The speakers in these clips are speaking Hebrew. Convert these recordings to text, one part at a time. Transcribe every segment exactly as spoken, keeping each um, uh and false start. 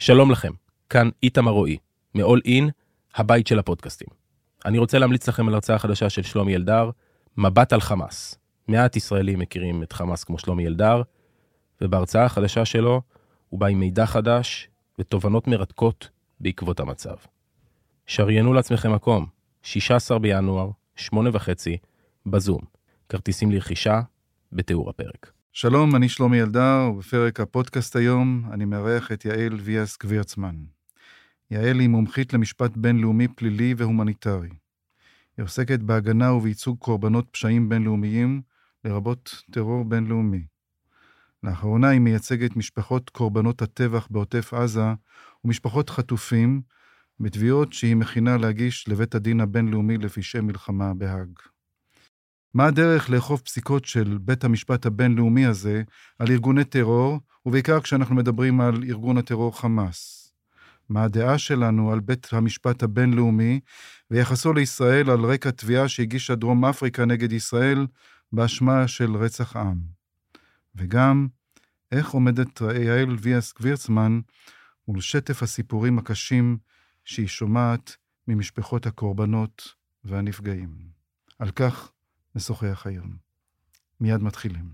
שלום לכם, כאן איתמר רועי, מ-All In, הבית של הפודקאסטים. אני רוצה להמליץ לכם על הרצאה חדשה של שלומי אלדר, מבט על חמאס. מעט ישראלים מכירים את חמאס כמו שלומי אלדר, ובהרצאה החדשה שלו הוא בא עם מידע חדש ותובנות מרתקות בעקבות המצב. שריינו לעצמכם מקום, שישה עשר בינואר, שמונה וחצי, בזום. כרטיסים לרכישה בתיאור הפרק. שלום, אני שלומי אלדר, ובפרק הפודקאסט היום אני מארח את יעל ויאס גבירצמן. יעל היא מומחית למשפט בינלאומי פלילי והומניטרי. היא עוסקת בהגנה ובייצוג קורבנות פשעים בינלאומיים, לרבות טרור בינלאומי. לאחרונה היא מייצגת משפחות קורבנות הטבח בעוטף עזה ומשפחות חטופים, בתביעות שהיא מכינה להגיש לבית הדין הבינלאומי לפשעי מלחמה בהאג. מה הדרך לאכוף פסיקות של בית המשפט הבינלאומי הזה על ארגוני טרור, ובעיקר כשאנחנו מדברים על ארגון הטרור חמאס? מה הדעה שלנו על בית המשפט הבינלאומי ויחסו לישראל על רקע תביעה שהגישה דרום אפריקה נגד ישראל באשמה של רצח עם? וגם, איך עומדת יעל ויאס גבירצמן מול שטף הסיפורים הקשים שהיא שומעת ממשפחות הקורבנות והנפגעים? על כך נשוחח היום. מיד מתחילים.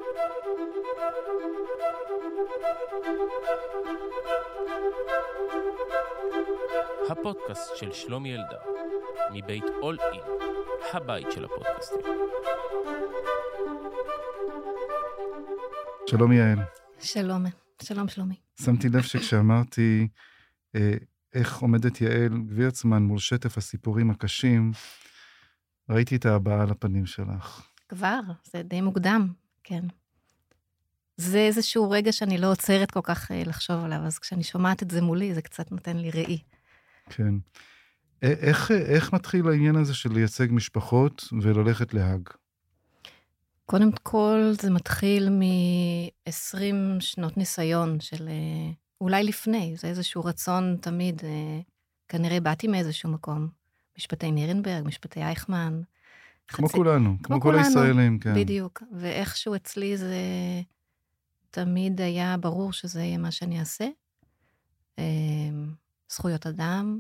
הפודקאסט של שלומי אלדר, מבית All In, הבית של הפודקאסטים. שלום יעל. שלום, שלום שלומי. שמתי לב שכשאמרתי אה, איך עומדת יעל גבירצמן מול שטף הסיפורים הקשים, ראיתי את ההבעה על הפנים שלך. כבר, זה די מוקדם, כן. זה איזשהו רגע שאני לא עוצרת כל כך לחשוב עליו, אז כשאני שומעת את זה מולי, זה קצת נותן לי ראי. כן. איך, איך מתחיל העניין הזה של לייצג משפחות וללכת להאג? קודם כל, זה מתחיל מ-עשרים שנות ניסיון של, אולי לפני, זה איזשהו רצון תמיד, כנראה באתי מאיזשהו מקום. משפטי נירנברג, משפטי אייכמן. כמו חצי... כולנו, כמו, כמו כל הישראלים, כן. בדיוק, ואיכשהו אצלי זה תמיד היה ברור שזה יהיה מה שאני אעשה. זכויות אדם,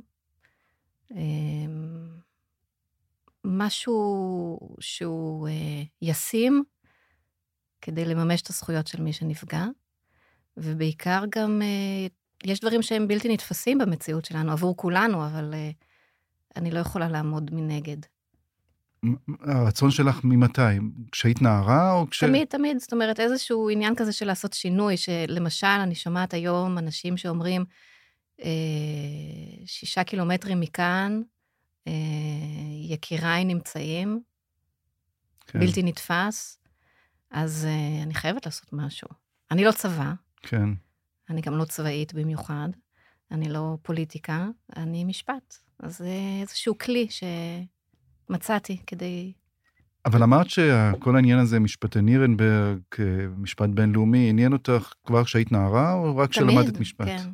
משהו שהוא ישים, כדי לממש את הזכויות של מי שנפגע, ובעיקר גם, יש דברים שהם בלתי נתפסים במציאות שלנו, עבור כולנו, אבל אני לא יכולה לעמוד מנגד. הרצון שלך ממתי? כשהיית נערה או כש... תמיד, תמיד. זאת אומרת, איזשהו עניין כזה של לעשות שינוי, שלמשל, אני שומעת היום אנשים שאומרים, אה, שישה קילומטרים מכאן, אה, יקיריי נמצאים, כן. בלתי נתפס, אז אה, אני חייבת לעשות משהו. אני לא צבא. כן. אני גם לא צבאית במיוחד. אני לא פוליטיקה, אני משפט. אז זה איזשהו כלי שמצאתי כדי... אבל אמרת שכל העניין הזה, משפטי נירנברג, משפט בינלאומי, עניין אותך כבר כשהיית נערה, או רק כשלמדת משפט? כן.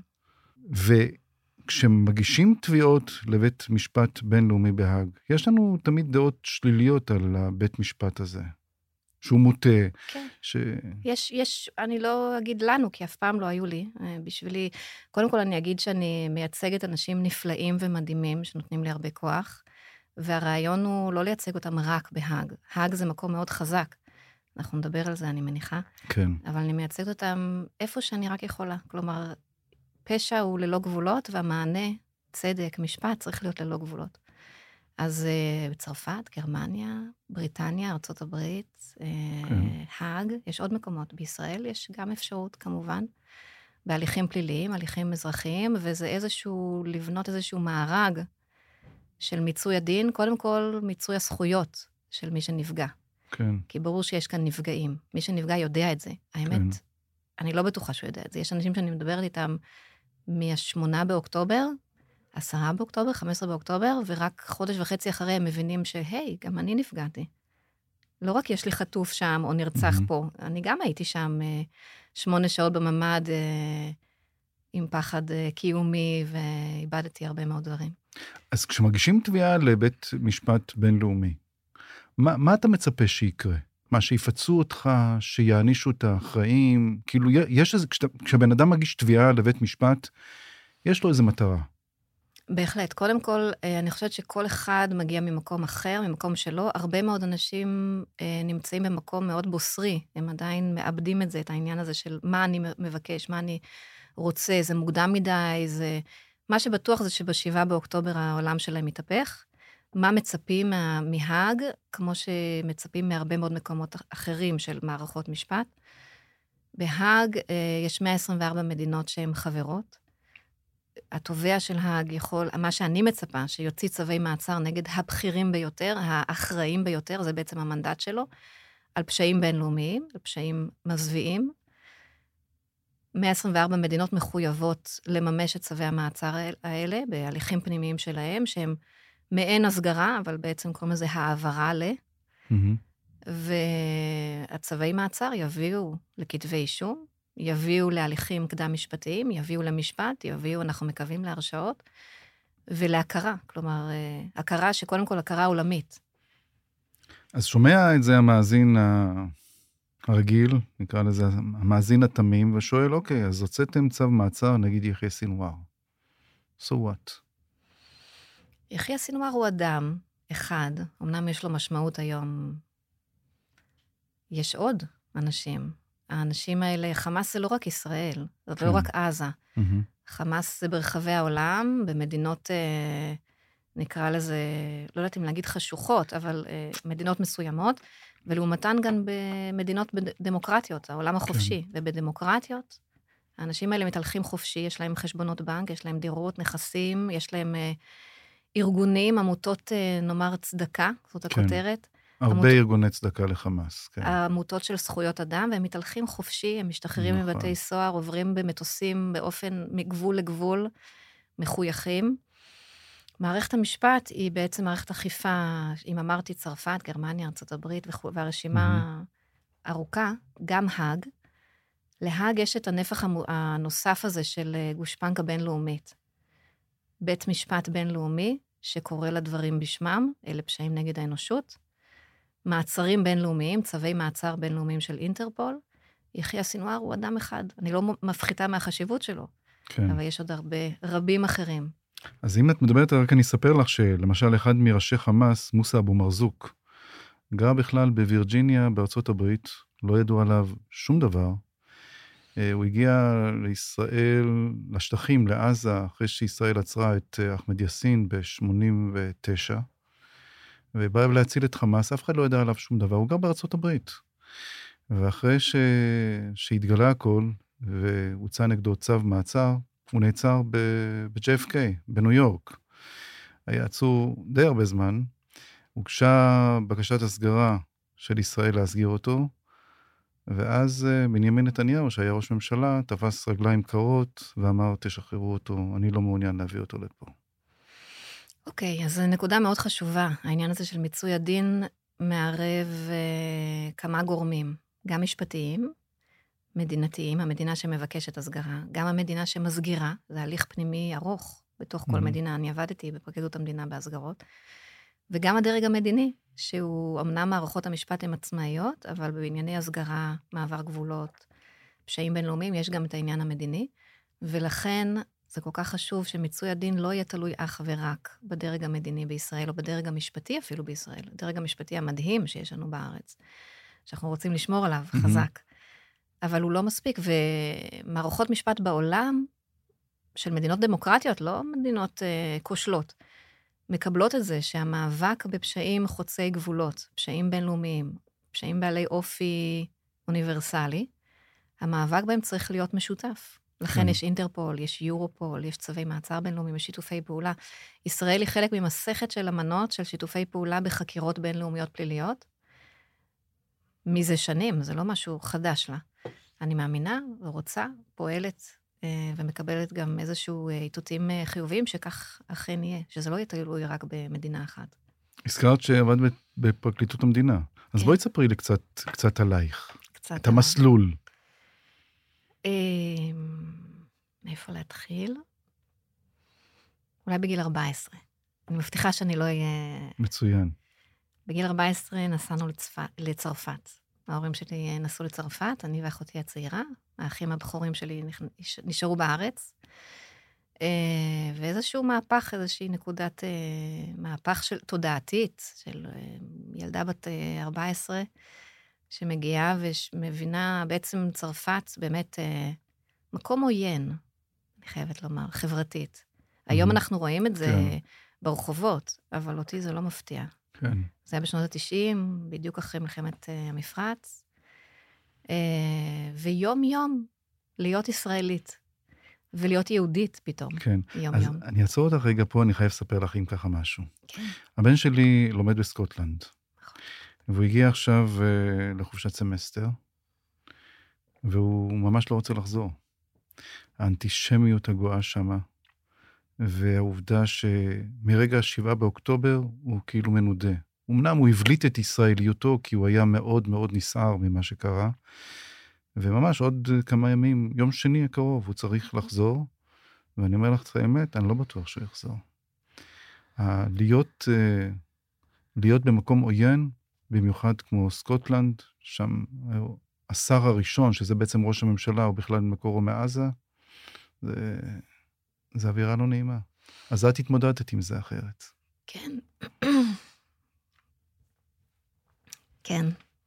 וכשמגישים תביעות לבית משפט בינלאומי בהאג, יש לנו תמיד דעות שליליות על הבית משפט הזה. שהוא מוטה. כן. ש... יש, יש, אני לא אגיד לנו, כי אף פעם לא היו לי. בשבילי, קודם כל אני אגיד שאני מייצגת אנשים נפלאים ומדהימים, שנותנים לי הרבה כוח, והרעיון הוא לא לייצג אותם רק בהאג. האג זה מקום מאוד חזק. אנחנו נדבר על זה, אני מניחה. כן. אבל אני מייצגת אותם איפה שאני רק יכולה. כלומר, פשע הוא ללא גבולות, והמענה, צדק, משפט, צריך להיות ללא גבולות. אז uh, בצרפת, גרמניה, בריטניה, ארצות הברית, כן. uh, האג, יש עוד מקומות. בישראל יש גם אפשרות, כמובן, בהליכים פליליים, הליכים אזרחיים, וזה איזשהו, לבנות איזשהו מארג של מיצוי הדין, קודם כל מיצוי הזכויות של מי שנפגע. כן. כי ברור שיש כאן נפגעים. מי שנפגע יודע את זה. האמת, כן. אני לא בטוחה שהוא יודע את זה. יש אנשים שאני מדברת איתם מהשמונה באוקטובר, עשרה באוקטובר, חמישה עשר באוקטובר, ורק חודש וחצי אחרי הם מבינים שהי, גם אני נפגעתי. לא רק יש לי חטוף שם או נרצח mm-hmm. פה, אני גם הייתי שם אה, שמונה שעות בממד אה, עם פחד אה, קיומי, ואיבדתי הרבה מאוד דברים. אז כשמגישים תביעה לבית משפט בינלאומי, מה, מה אתה מצפה שיקרה? מה, שיפצו אותך, שיענישו את האחראים? כאילו, יש איזה, כשבן אדם מגיש תביעה לבית משפט, יש לו איזו מטרה. בהחלט. קודם כל, אני חושבת שכל אחד מגיע ממקום אחר, ממקום שלו. הרבה מאוד אנשים נמצאים במקום מאוד בוסרי. הם עדיין מאבדים את זה, את העניין הזה של מה אני מבקש, מה אני רוצה, זה מוקדם מדי, זה... מה שבטוח זה שבשבעה באוקטובר העולם שלהם מתהפך. מה מצפים מהאג, כמו שמצפים מהרבה מאוד מקומות אחרים של מערכות משפט. בהאג יש מאה עשרים וארבע מדינות שהן חברות. התובע של האג יכול, מה שאני מצפה, שיוציא צווי מעצר נגד הבכירים ביותר, האחראים ביותר, זה בעצם המנדט שלו, על פשעים בינלאומיים, על פשעים מזוויעים. מאה עשרים וארבע מדינות מחויבות לממש את צווי המעצר האלה, בהליכים פנימיים שלהם, שהם מעין הסגרה, אבל בעצם קוראים לזה העברה ל... והצווי מעצר יביאו לכתבי אישום, יביאו להליכים קדם משפטיים, יביאו למשפט, יביאו, אנחנו מקווים, להרשאות, ולהכרה, כלומר, הכרה שקודם כל הכרה עולמית. אז שומע את זה המאזין הרגיל, נקרא לזה המאזין התמים, ושואל, אוקיי, אז הוצאתם צו מעצר נגיד יחיא סינואר. So what? יחיא סינואר הוא אדם אחד, אמנם יש לו משמעות היום, יש עוד אנשים, האנשים האלה, חמאס זה לא רק ישראל, זה לא רק עזה. חמאס זה ברחבי העולם, במדינות, נקרא לזה, לא יודעת אם להגיד חשוכות, אבל מדינות מסוימות, ולעומתן גם במדינות דמוקרטיות, העולם החופשי. ובדמוקרטיות, האנשים האלה מתהלכים חופשי, יש להם חשבונות בנק, יש להם דירות, נכסים, יש להם ארגונים, עמותות, נאמר, צדקה, זאת הכותרת. הרבה עמות... ארגוני צדקה לחמאס. כן. העמותות של זכויות אדם, והם מתהלכים חופשי, הם משתחררים נכון. מבתי סוהר, עוברים במטוסים באופן מגבול לגבול, מחויכים. מערכת המשפט היא בעצם מערכת אכיפה, אם אמרתי צרפת, גרמניה, ארצות הברית, והרשימה mm-hmm. ארוכה, גם האג. להאג יש את הנפח הנוסף הזה של גושפנקה בינלאומית. בית משפט בינלאומי, שקורא לדברים בשמם, אלה פשעים נגד האנושות, מעצרים בינלאומיים, צווי מעצר בינלאומיים של אינטרפול, יחיא סינואר הוא אדם אחד. אני לא מפחיתה מהחשיבות שלו, כן. אבל יש עוד הרבה, רבים אחרים. אז אם את מדברת, רק אני אספר לך שלמשל אחד מראשי חמאס, מוסא אבו מרזוק, גר בכלל בווירג'יניה בארצות הברית, לא ידעו עליו שום דבר. הוא הגיע לישראל, לשטחים, לעזה, אחרי שישראל עצרה את אחמד יאסין ב-שמונים ותשע, ובא להציל את חמאס, אף אחד לא ידע עליו שום דבר, הוא גר בארצות הברית. ואחרי ש... שהתגלה הכל, והוצא נגדו צו מעצר, הוא נעצר ב-ג'יי אף קיי, בניו יורק. היה עצור די הרבה זמן, הוגשה בקשת הסגרה של ישראל להסגיר אותו, ואז בנימין נתניהו, שהיה ראש ממשלה, תפס רגליים קרות, ואמר, תשחררו אותו, אני לא מעוניין להביא אותו לפה. אוקיי, אז זו נקודה מאוד חשובה. העניין הזה של מיצוי הדין מערב uh, כמה גורמים, גם משפטיים, מדינתיים, המדינה שמבקשת הסגרה, גם המדינה שמסגירה, זה הליך פנימי ארוך בתוך כל mm-hmm. מדינה. אני עבדתי בפרקליטות המדינה בהסגרות, וגם הדרג המדיני, שהוא אמנם מערכות המשפט הן עצמאיות, אבל בענייני הסגרה, מעבר גבולות, פשעים בינלאומיים, יש גם את העניין המדיני, ולכן זה כל כך חשוב שמיצוי הדין לא יהיה תלוי אך ורק בדרג המדיני בישראל, או בדרג המשפטי אפילו בישראל, הדרג המשפטי המדהים שיש לנו בארץ, שאנחנו רוצים לשמור עליו mm-hmm. חזק, אבל הוא לא מספיק, ומערכות משפט בעולם, של מדינות דמוקרטיות, לא מדינות uh, כושלות, מקבלות את זה שהמאבק בפשעים חוצי גבולות, פשעים בינלאומיים, פשעים בעלי אופי אוניברסלי, המאבק בהם צריך להיות משותף. לכן כן. יש אינטרפול, יש יורופול, יש צווי מעצר בינלאומיים, יש שיתופי פעולה. ישראל היא חלק ממסכת של אמנות של שיתופי פעולה בחקירות בינלאומיות פליליות. מזה שנים, זה לא משהו חדש לה. אני מאמינה ורוצה, פועלת ומקבלת גם איזשהו איתותים חיוביים שכך אכן יהיה, שזה לא יהיה תלוי רק במדינה אחת. הזכרת שעבד בפרקליטות המדינה, אז כן. בואי תספרי לי קצת, קצת עלייך, קצת את עליי. המסלול. מאיפה להתחיל? אולי בגיל ארבע עשרה. אני מבטיחה שאני לא אהיה... מצוין. בגיל ארבע עשרה נסענו לצפת, לצרפת. ההורים שלי נסעו לצרפת, אני ואחותי הצעירה, האחים הבכורים שלי נשארו בארץ. ואיזשהו מהפך, איזושהי נקודת מהפך של תודעתית, של ילדה בת ארבע עשרה, שמגיעה ומבינה בעצם צרפת באמת מקום עוין, אני חייבת לומר, חברתית. היום אנחנו רואים את זה ברחובות, אבל אותי זה לא מפתיע. כן. זה היה בשנות ה-תשעים, בדיוק אחרי מלחמת המפרץ, ויום יום להיות ישראלית, ולהיות יהודית פתאום, כן. יום אז יום. אני אעצור אותך רגע פה, אני חייב לספר לך אם ככה משהו. כן. הבן שלי לומד בסקוטלנד, נכון. והוא הגיע עכשיו לחופשת סמסטר, והוא ממש לא רוצה לחזור. האנטישמיות הגואה שמה, והעובדה שמרגע השבעה באוקטובר הוא כאילו מנודה. אמנם הוא הבליט את ישראליותו, כי הוא היה מאוד מאוד נסער ממה שקרה, וממש עוד כמה ימים, יום שני הקרוב, הוא צריך לחזור, ואני אומר לך את האמת, אני לא בטוח שהוא יחזור. להיות, להיות במקום עוין, במיוחד כמו סקוטלנד, שם השר הראשון, שזה בעצם ראש הממשלה, הוא בכלל מקורו מעזה, זה, זה אווירה לא נעימה. אז את התמודדת עם זה אחרת. כן. כן.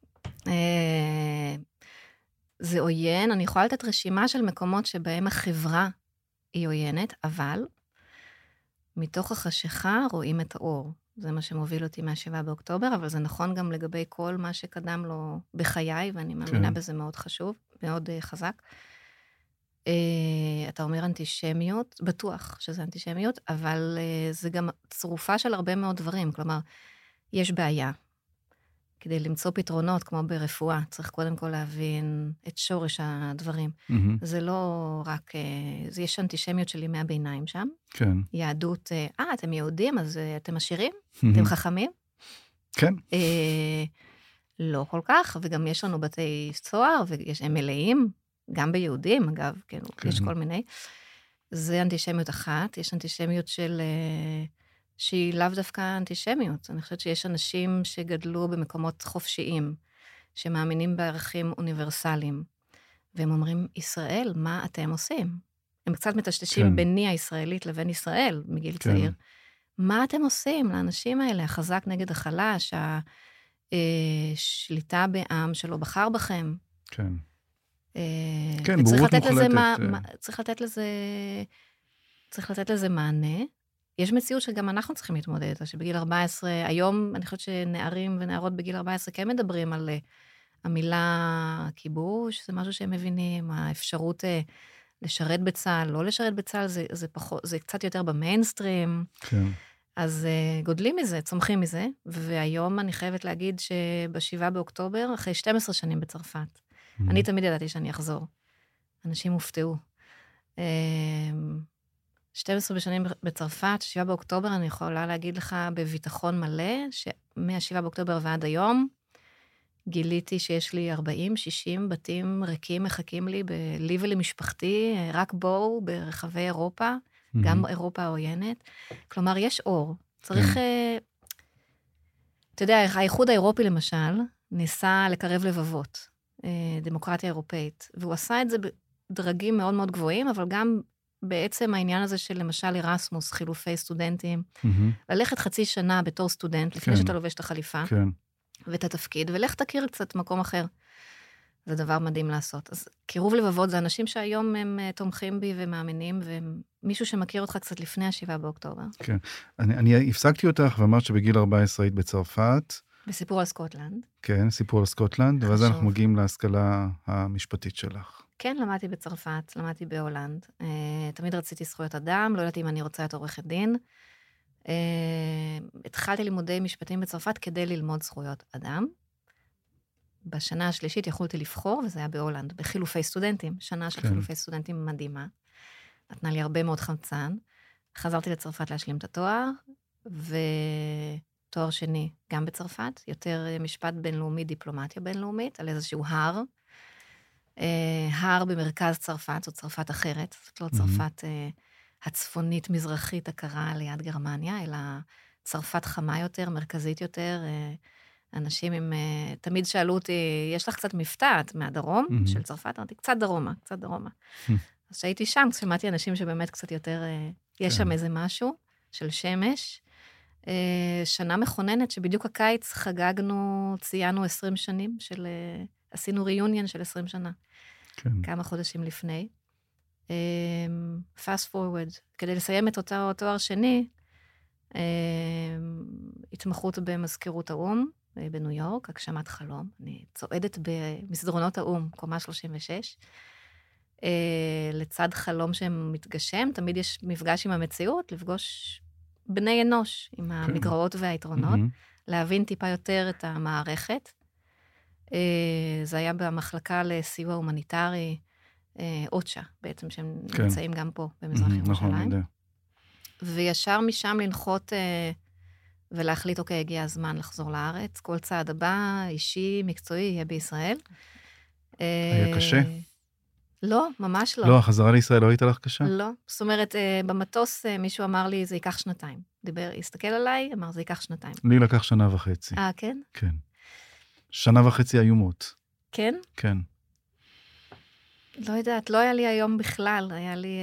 זה עוין, אני יכולה לתת רשימה של מקומות שבהם החברה היא עוינת, אבל מתוך החשיכה רואים את האור. זה מה שמוביל אותי מהשבעה באוקטובר, אבל זה נכון גם לגבי כל מה שקדם לו בחיי, ואני מאמינה כן. בזה מאוד חשוב, מאוד uh, חזק. Uh, אתה אומר אנטישמיות, בטוח שזה אנטישמיות, אבל uh, זה גם צרופה של הרבה מאוד דברים, כלומר, יש בעיה. כדי למצוא פתרונות, כמו ברפואה, צריך קודם כל להבין את שורש הדברים. Mm-hmm. זה לא רק, זה יש אנטישמיות של ימי הביניים שם. כן. יהדות, אה, אתם יהודים, אז אתם עשירים? Mm-hmm. אתם חכמים? כן. אה, לא כל כך, וגם יש לנו בתי סוהר, והם מלאים, גם ביהודים, אגב, כן, כן. יש כל מיני. זה אנטישמיות אחת, יש אנטישמיות של... שהיא לאו דווקא אנטישמיות. אני חושבת שיש אנשים שגדלו במקומות חופשיים, שמאמינים בערכים אוניברסליים, והם אומרים, ישראל, מה אתם עושים? הם קצת מטשטשים כן. ביני הישראלית לבין ישראל, מגיל כן. צעיר. מה אתם עושים לאנשים האלה? החזק נגד החלש, השליטה בעם שלא בחר בכם. כן. אה, כן, בורות מוחלטת. מה, מה, צריך לתת לזה, צריך לתת לזה מענה, יש מציאות שגם אנחנו צריכים להתמודד, שבגיל ארבע עשרה, היום אני חושבת שנערים ונערות בגיל ארבע עשרה כן מדברים על המילה כיבוש, זה משהו שהם מבינים, האפשרות לשרת בצהל, לא לשרת בצהל, זה, זה, פחות, זה קצת יותר במיינסטרים, כן. אז uh, גודלים מזה, צומחים מזה, והיום אני חייבת להגיד שבשבעה באוקטובר, אחרי שתים עשרה שנים בצרפת, mm-hmm. אני תמיד ידעתי שאני אחזור. אנשים הופתעו. Uh, שתים עשרה בשנים בצרפת, שבעה באוקטובר, אני יכולה להגיד לך בביטחון מלא, שמהשבעה באוקטובר ועד היום, גיליתי שיש לי ארבעים שישים בתים ריקים מחכים לי, לי ולמשפחתי, רק בואו ברחבי אירופה, mm-hmm. גם אירופה העוינת. כלומר, יש אור. צריך... Mm-hmm. אתה יודע, האיחוד האירופי למשל, ניסה לקרב לבבות, דמוקרטיה אירופאית, והוא עשה את זה בדרגים מאוד מאוד גבוהים, אבל גם... בעצם העניין הזה של למשל אירסמוס, חילופי סטודנטים, mm-hmm. ללכת חצי שנה בתור סטודנט, לפני כן. שאתה לובש את החליפה, כן. ואת התפקיד, ולך תכיר קצת מקום אחר. זה דבר מדהים לעשות. אז קירוב לבבות זה אנשים שהיום הם תומכים בי ומאמינים, ומישהו שמכיר אותך קצת לפני השבעה באוקטובר. כן. אני, אני הפסקתי אותך ואמרת שבגיל ארבע עשרה היית בצרפת. בסיפור על סקוטלנד. כן, סיפור על סקוטלנד, ואז אנחנו מגיעים להשכלה המשפטית שלך. כן, למדתי בצרפת, למדתי בהולנד. Uh, תמיד רציתי זכויות אדם, לא ידעתי אם אני רוצה את עורכת דין. Uh, התחלתי לימודי משפטים בצרפת כדי ללמוד זכויות אדם. בשנה השלישית יכולתי לבחור, וזה היה בהולנד, בחילופי סטודנטים. שנה של כן. חילופי סטודנטים מדהימה. נתנה לי הרבה מאוד חמצן. חזרתי לצרפת להשלים את התואר, ותואר שני גם בצרפת, יותר משפט בינלאומי, דיפלומטיה בינלאומית, על איזשהו הר, הר במרכז צרפת, זאת צרפת אחרת, זאת לא צרפת הצפונית מזרחית הקרה ליד גרמניה, אלא צרפת חמה יותר, מרכזית יותר, אנשים עם, תמיד שאלו אותי, יש לך קצת מפתעת מהדרום של צרפת? אמרתי, קצת דרומה, קצת דרומה. אז שהייתי שם, שמעתי אנשים שבאמת קצת יותר, יש שם איזה משהו של שמש. שנה מכוננת, שבדיוק הקיץ חגגנו, ציינו עשרים שנים, של, עשינו ריוניון של עשרים שנה. כן. כמה חודשים לפני. fast forward, כדי לסיים את אותו תואר שני, התמחות במזכירות האום, בניו יורק, הגשמת חלום. אני צועדת במסדרונות האום, קומה שלושים ושש. לצד חלום שמתגשם, תמיד יש מפגש עם המציאות, לפגוש בני אנוש, עם המגרעות והיתרונות, להבין טיפה יותר את המערכת. זה היה במחלקה לסיוע הומניטרי, אוצ'ה, בעצם, שהם נמצאים גם פה, במזרח ירושלים. וישר משם לנחות ולהחליט, אוקיי, הגיע הזמן לחזור לארץ, כל צעד הבא, אישי, מקצועי, יהיה בישראל. היה קשה? לא, ממש לא. לא, החזרה לישראל לא הייתה לך קשה? לא. זאת אומרת, במטוס מישהו אמר לי, זה ייקח שנתיים. דיבר, הסתכל עליי, אמר, זה ייקח שנתיים. לי לקח שנה וחצי. אה, כן? כן. שנה וחצי איומות. כן? כן. לא יודעת, לא היה לי היום בכלל, היה לי...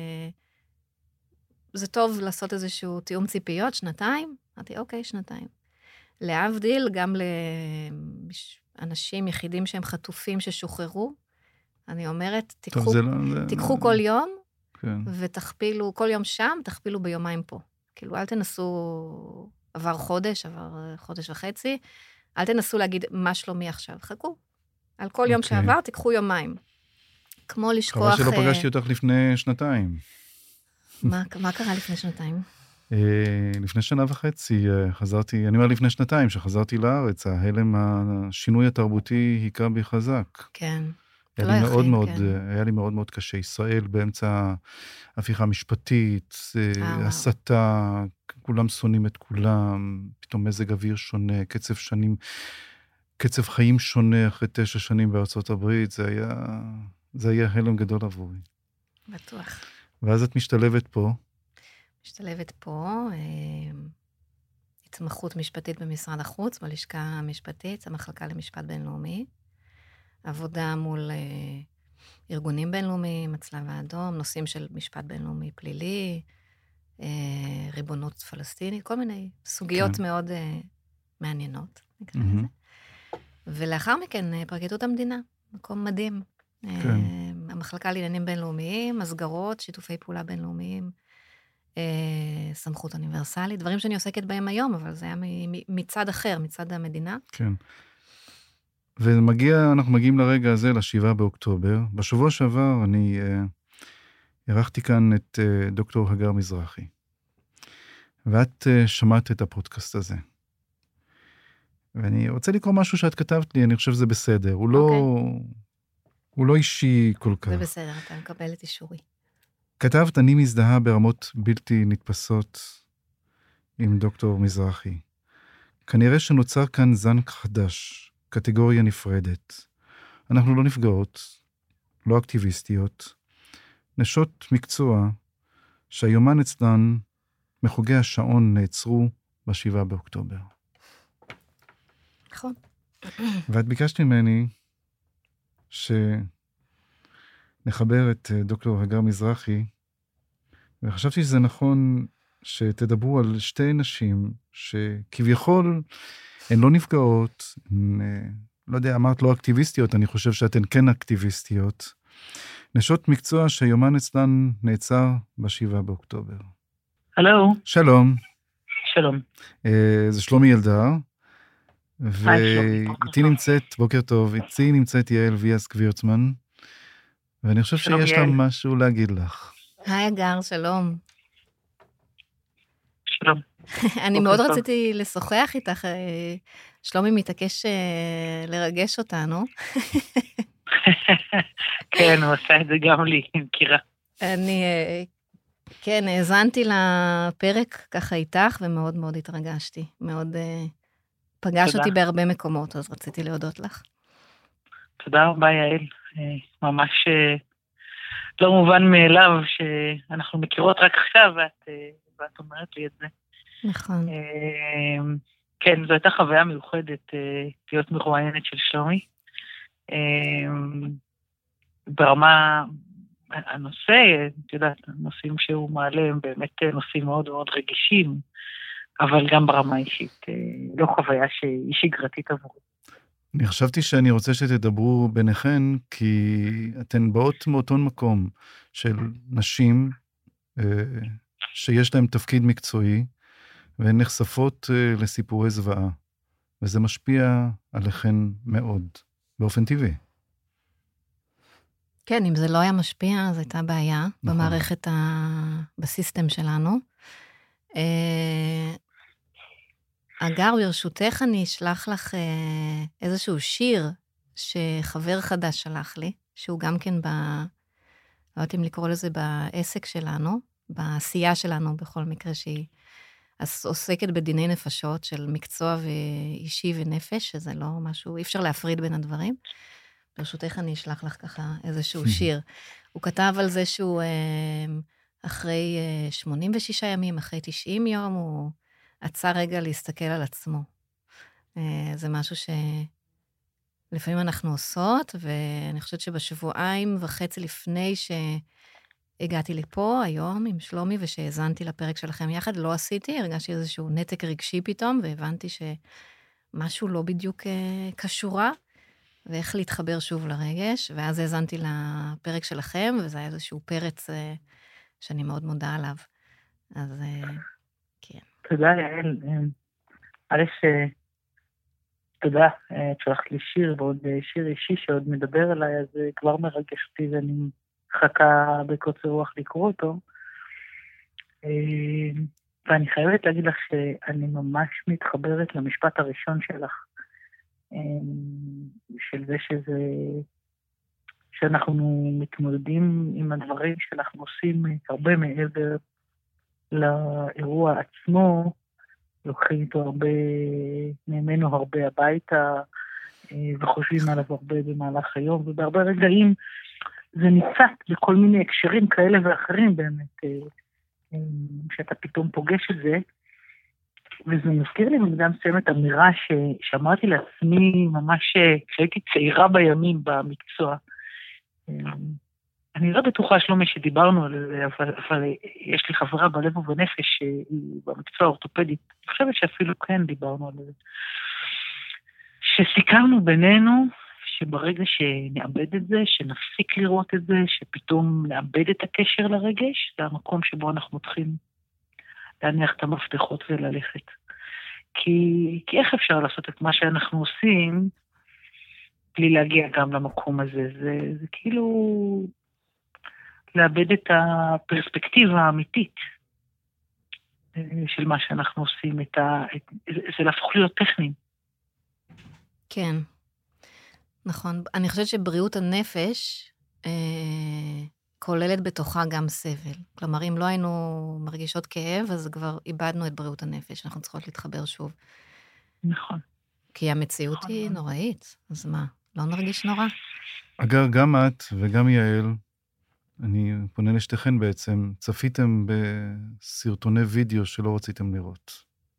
זה טוב לעשות איזשהו תיאום ציפיות, שנתיים? אמרתי, אוקיי, שנתיים. להבדיל, גם לאנשים יחידים שהם חטופים ששוחררו, אני אומרת, תיקחו, טוב, לא, זה... תיקחו כל יום, כן. ותכפילו, כל יום שם, תכפילו ביומיים פה. כאילו, אל תנסו, עבר חודש, עבר חודש וחצי, אל תנסו להגיד, מה שלומי עכשיו? חכו. על כל יום אוקיי. שעבר, תיקחו יומיים. כמו לשכוח... חבל שלא פגשתי אותך לפני שנתיים. מה, מה קרה לפני שנתיים? לפני שנה וחצי חזרתי, אני אומר לפני שנתיים, שחזרתי לארץ, ההלם, השינוי התרבותי היכה בי חזק. כן. היה לי מאוד מאוד, היה לי מאוד מאוד קשה. ישראל באמצע הפיכה משפטית, הסתה, כולם שונאים את כולם, פתאום מזג אוויר שונה, קצב שנים, קצב חיים שונה אחרי תשע שנים בארצות הברית, זה היה, זה היה הלם גדול עבורי. בטוח. ואז את משתלבת פה. משתלבת פה, התמחות משפטית במשרד החוץ, בלשכה המשפטית, המחלקה למשפט בינלאומי, עבודה מול ארגונים בינלאומיים, הצלב האדום, נושאים של משפט בינלאומי פלילי, ריבונות פלסטינית, כל מיני סוגיות כן. מאוד מעניינות, נקרא mm-hmm. לזה. ולאחר מכן, פרקליטות המדינה, מקום מדהים. כן. המחלקה לעניינים בינלאומיים, מסגרות, שיתופי פעולה בינלאומיים, סמכות אוניברסלית, דברים שאני עוסקת בהם היום, אבל זה היה מצד אחר, מצד המדינה. כן. ומגיע, אנחנו מגיעים לרגע הזה, לשבעה באוקטובר. בשבוע שעבר אני ערכתי כאן את דוקטור הגר מזרחי. ואת שמעת את הפודקאסט הזה. ואני רוצה לקרוא משהו שאת כתבת לי, אני חושב שזה בסדר. הוא לא, הוא לא אישי כל כך. זה בסדר, אתה מקבל את אישורי. כתבת, אני מזדהה ברמות בלתי נתפסות עם דוקטור מזרחי. כנראה שנוצר כאן זן חדש, קטגוריה נפרדת. אנחנו לא נפגעות, לא אקטיביסטיות, נשות מקצוע שהיומן אצלן מחוגי השעון נעצרו בשבעה באוקטובר. נכון. ואת ביקשת ממני שנחבר את דוקטור הגר מזרחי, וחשבתי שזה נכון שתדברו על שתי נשים שכביכול הן לא נפגעות, הן, לא יודע, אמרת לא אקטיביסטיות, אני חושב שאתן כן אקטיביסטיות, נשות מקצוע שיומן אצלן נעצר בשבעה באוקטובר. הלו. שלום. שלום. זה שלומי ילדר. ואיתי נמצאת, בוקר טוב, איתי נמצאת יעל ויאס גבירצמן, ואני חושב שיש לה משהו להגיד לך. היי אגר, שלום. שלום. אני מאוד רציתי לשוחח איתך, שלומי מתעקש לרגש אותנו. כן, הוא עשה את זה גם לי, מכירה. אני, כן, האזנתי לפרק ככה איתך, ומאוד מאוד התרגשתי, מאוד... פגש אותי בהרבה מקומות, אז רציתי להודות לך. תודה רבה, יעל. ממש לא מובן מאליו שאנחנו מכירות רק עכשיו, ואת, ואת אומרת לי את זה. נכון. כן, זו הייתה חוויה מיוחדת להיות מרואיינת של שלומי. ברמה הנושא, את יודעת, הנושאים שהוא מעלה הם באמת נושאים מאוד מאוד רגישים, אבל גם ברמה אישית, לא חוויה שהיא שגרתית עבורי. אני חשבתי שאני רוצה שתדברו ביניכן, כי אתן באות מאותו מקום של נשים שיש להן תפקיד מקצועי, והן נחשפות לסיפורי זוועה, וזה משפיע עליכן מאוד, באופן טבעי. כן, אם זה לא היה משפיע, אז הייתה בעיה נכון. במערכת, ה... בסיסטם שלנו. אגר, ברשותך אני אשלח לך איזשהו שיר שחבר חדש שלח לי, שהוא גם כן ב... לא יודעת אם לקרוא לזה בעסק שלנו, בעשייה שלנו בכל מקרה שהיא עוסקת בדיני נפשות של מקצוע ואישי ונפש, שזה לא משהו, אי אפשר להפריד בין הדברים. ברשותך אני אשלח לך ככה איזשהו שיר. הוא כתב על זה שהוא אחרי שמונים ושישה ימים, אחרי תשעים יום, הוא עצר רגע להסתכל על עצמו. זה משהו שלפעמים אנחנו עושות, ואני חושבת שבשבועיים וחצי לפני שהגעתי לפה היום עם שלומי, ושהזנתי לפרק שלכם יחד, לא עשיתי, הרגשתי איזשהו נתק רגשי פתאום, והבנתי שמשהו לא בדיוק קשורה, ואיך להתחבר שוב לרגש, ואז הזנתי לפרק שלכם, וזה היה איזשהו פרץ שאני מאוד מודה עליו. אז כן. תודה, יעל. א', תודה, את שלחת לי שיר, ועוד שיר אישי שעוד מדבר עליי, אז זה כבר מרגש אותי, ואני מחכה בקוצר רוח לקרוא אותו. ואני חייבת להגיד לך שאני ממש מתחברת למשפט הראשון שלך, של זה שזה, שאנחנו מתמודדים עם הדברים שאנחנו עושים הרבה מעבר לאירוע עצמו, לוקחים איתו הרבה, ממנו הרבה הביתה, וחושבים עליו הרבה במהלך היום, ובהרבה רגעים זה ניצת בכל מיני הקשרים כאלה ואחרים באמת, שאתה פתאום פוגש את זה, וזה מזכיר לי במידה מסוימת אמירה ש... שאמרתי לעצמי ממש כשהייתי צעירה בימים במקצוע. אני לא בטוחה, שלומי, שדיברנו על זה, אבל, אבל יש לי חברה בלב ובנפש שהיא במקצוע האורתופדית. אני חושבת שאפילו כן דיברנו על זה. שסיכרנו בינינו שברגע שנאבד את זה, שנפסיק לראות את זה, שפתאום נאבד את הקשר לרגש, זה המקום שבו אנחנו צריכים להניח את המפתחות וללכת. כי, כי איך אפשר לעשות את מה שאנחנו עושים, בלי להגיע גם למקום הזה? זה, זה כאילו לאבד את הפרספקטיבה האמיתית של מה שאנחנו עושים, את ה, את, זה להפוך להיות טכניים. כן, נכון. אני חושבת שבריאות הנפש אה, כוללת בתוכה גם סבל. כלומר, אם לא היינו מרגישות כאב, אז כבר איבדנו את בריאות הנפש. אנחנו צריכות להתחבר שוב. נכון. כי המציאות נכון. היא נוראית. אז מה, לא נרגיש נורא? אגב, גם את וגם יעל, אני פונה לשתיכן בעצם, צפיתם בסרטוני וידאו שלא רציתם לראות.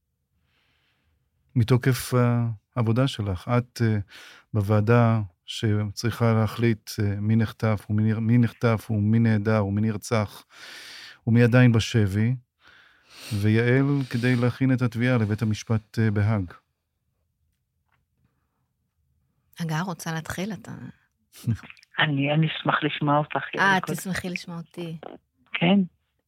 מתוקף העבודה שלך, את בוועדה שצריכה להחליט מי נחטף ומי, מי נחטף ומי נהדר ומי נרצח ומי עדיין בשבי, ויעל כדי להכין את התביעה לבית המשפט בהאג. אגר, רוצה להתחיל אתה? אני, אני אשמח לשמוע אותך. אה, תשמחי לשמוע אותי. כן.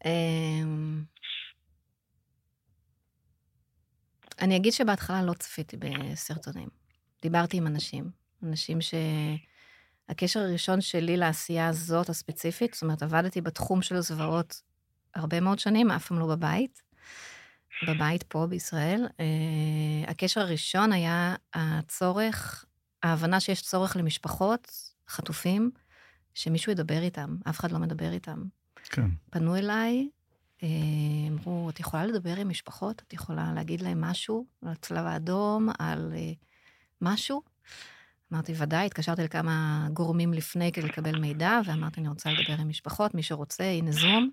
אני אגיד שבהתחלה לא צפיתי בסרטונים. דיברתי עם אנשים. אנשים שהקשר הראשון שלי לעשייה הזאת הספציפית, זאת אומרת, עבדתי בתחום של הזוועות הרבה מאוד שנים, אף פעם לא בבית. בבית פה בישראל. הקשר הראשון היה הצורך, ההבנה שיש צורך למשפחות, חטופים, שמישהו ידבר איתם, אף אחד לא מדבר איתם. כן. פנו אליי, אמרו, את יכולה לדבר עם משפחות? את יכולה להגיד להם משהו על הצלב האדום, על משהו? אמרתי, ודאי, התקשרתי לכמה גורמים לפני כדי לקבל מידע, ואמרתי, אני רוצה לדבר עם משפחות, מי שרוצה, הנה זום.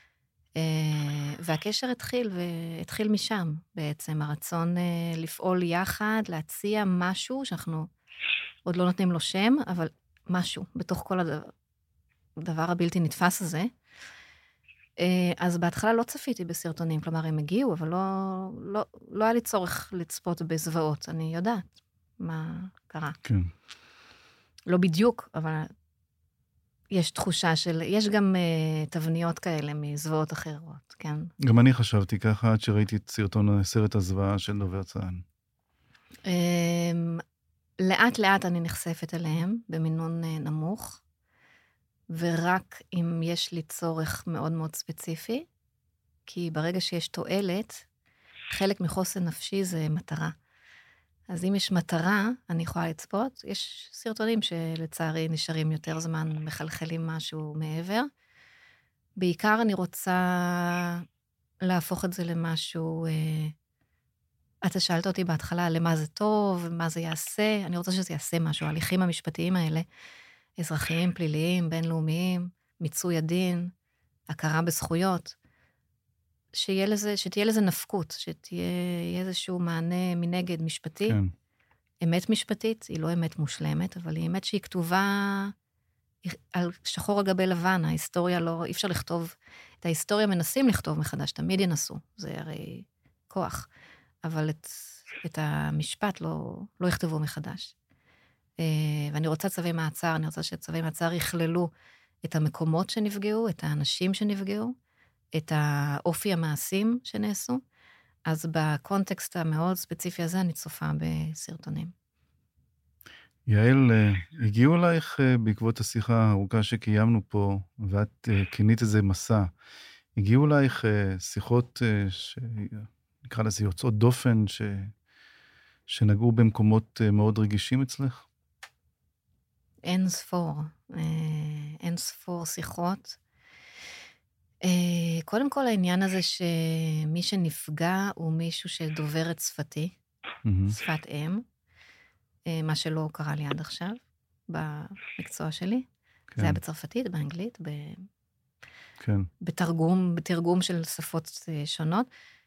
והקשר התחיל, והתחיל משם בעצם, הרצון לפעול יחד, להציע משהו שאנחנו עוד לא נותנים לו שם, אבל משהו בתוך כל הדבר. הדבר הבלתי נתפס הזה. אז בהתחלה לא צפיתי בסרטונים, כלומר, הם הגיעו, אבל לא, לא, לא היה לי צורך לצפות בזוועות. אני יודעת מה קרה. כן. לא בדיוק, אבל יש תחושה של, יש גם uh, תבניות כאלה מזוועות אחרות, כן? גם אני חשבתי ככה, עד שראיתי את סרטון סרט הזוועה של דובר צה"ל. Um, לאט לאט אני נחשפת אליהם, במינון uh, נמוך, ורק אם יש לי צורך מאוד מאוד ספציפי, כי ברגע שיש תועלת, חלק מחוסן נפשי זה מטרה. אז אם יש מטרה, אני יכולה לצפות. יש סרטונים שלצערי נשארים יותר זמן, מחלחלים משהו מעבר. בעיקר אני רוצה להפוך את זה למשהו, אה, אתה שאלת אותי בהתחלה למה זה טוב, מה זה יעשה, אני רוצה שזה יעשה משהו. ההליכים המשפטיים האלה, אזרחיים, פליליים, בינלאומיים, מיצוי הדין, הכרה בזכויות, שיהיה לזה, שתהיה לזה נפקות, שתהיה איזשהו מענה מנגד משפטי, כן. אמת משפטית, היא לא אמת מושלמת, אבל היא אמת שהיא כתובה על שחור על גבי לבן, ההיסטוריה לא, אי אפשר לכתוב, את ההיסטוריה מנסים לכתוב מחדש, תמיד ינסו, זה הרי כוח, אבל את, את המשפט לא, לא יכתבו מחדש. ואני רוצה צווי מעצר, אני רוצה שצווי מעצר יכללו את המקומות שנפגעו, את האנשים שנפגעו, את האופי המעשים שנעשו, אז בקונטקסט המאוד ספציפי הזה אני צופה בסרטונים. יעל, הגיעו אלייך בעקבות השיחה הארוכה שקיימנו פה, ואת כינית איזה מסע, הגיעו אלייך שיחות שנקרא לזה יוצאות דופן, ש... שנגעו במקומות מאוד רגישים אצלך? אין ספור, אין ספור שיחות. קודם כל העניין הזה שמי שנפגע הוא מישהו שדובר את שפתי, שפת אם, מה שלא קרה לי עד עכשיו, במקצוע שלי. זה היה בצרפתית, באנגלית, בתרגום, בתרגום של שפות שונות.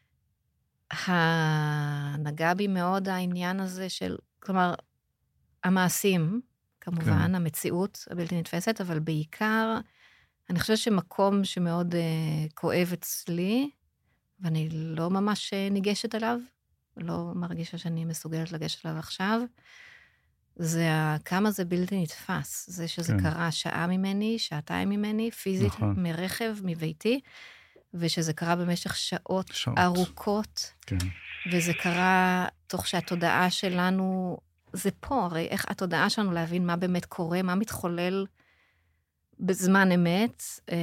הנגע בי מאוד העניין הזה של, כלומר, המעשים, כמובן, המציאות הבלתי נתפסת, אבל בעיקר, אני חושבת שמקום שמאוד כואב אצלי, ואני לא ממש ניגשת אליו, לא מרגישה שאני מסוגלת לגשת אליו עכשיו, זה כמה זה בלתי נתפס. זה שזה כן. קרה שעה ממני, שעתיים ממני, פיזית, נכון. מרכב, מביתי, ושזה קרה במשך שעות, שעות. ארוכות, כן. וזה קרה תוך שהתודעה שלנו, זה פה, הרי איך התודעה שלנו להבין מה באמת קורה, מה מתחולל בזמן אמת, אה,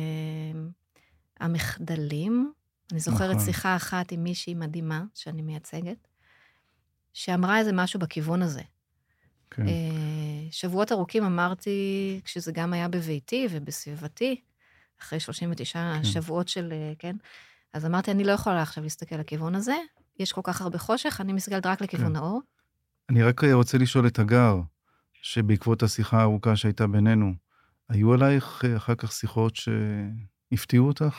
המחדלים, אני זוכרת נכון. שיחה אחת עם מישהי מדהימה, שאני מייצגת, שאמרה איזה משהו בכיוון הזה. כן. שבועות ארוכים אמרתי, כשזה גם היה בביתי ובסביבתי, אחרי שלושים ותשעה כן. שבועות של, כן, אז אמרתי, אני לא יכולה עכשיו להסתכל לכיוון הזה, יש כל כך הרבה חושך, אני מסתכלת רק לכיוון כן. האור. אני רק רוצה לשאול את הגר, שבעקבות השיחה הארוכה שהייתה בינינו, היו עלייך אחר כך שיחות שהפתיעו אותך?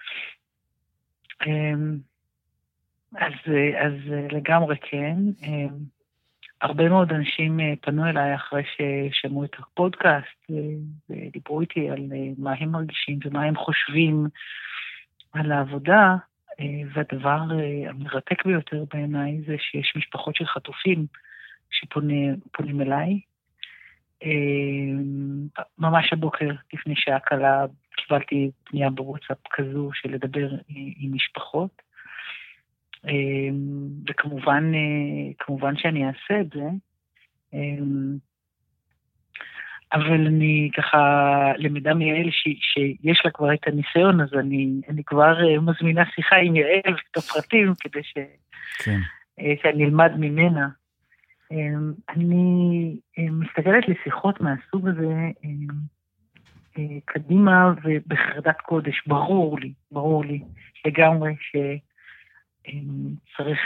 אז, אז לגמרי כן. הרבה מאוד אנשים פנו אליי אחרי ששמעו את הפודקאסט, ודיברו איתי על מה הם מרגישים ומה הם חושבים על העבודה, והדבר המרתק ביותר בעיניי זה שיש משפחות של חטופים שפונים אליי. ממש הבוקר, לפני שעה קלה, קיבלתי פנייה בוואטסאפ כזו של לדבר עם משפחות, וכמובן כמובן שאני אעשה את זה, אבל אני ככה למדה מיעל שיש לה כבר את הניסיון, אז אני, אני כבר מזמינה שיחה עם יעל את הפרטים, כדי ש, כן. שאני אלמד ממנה. אני מסתכלת לשיחות מהסוג הזה קדימה ובחרדת קודש, ברור לי, ברור לי לגמרי שצריך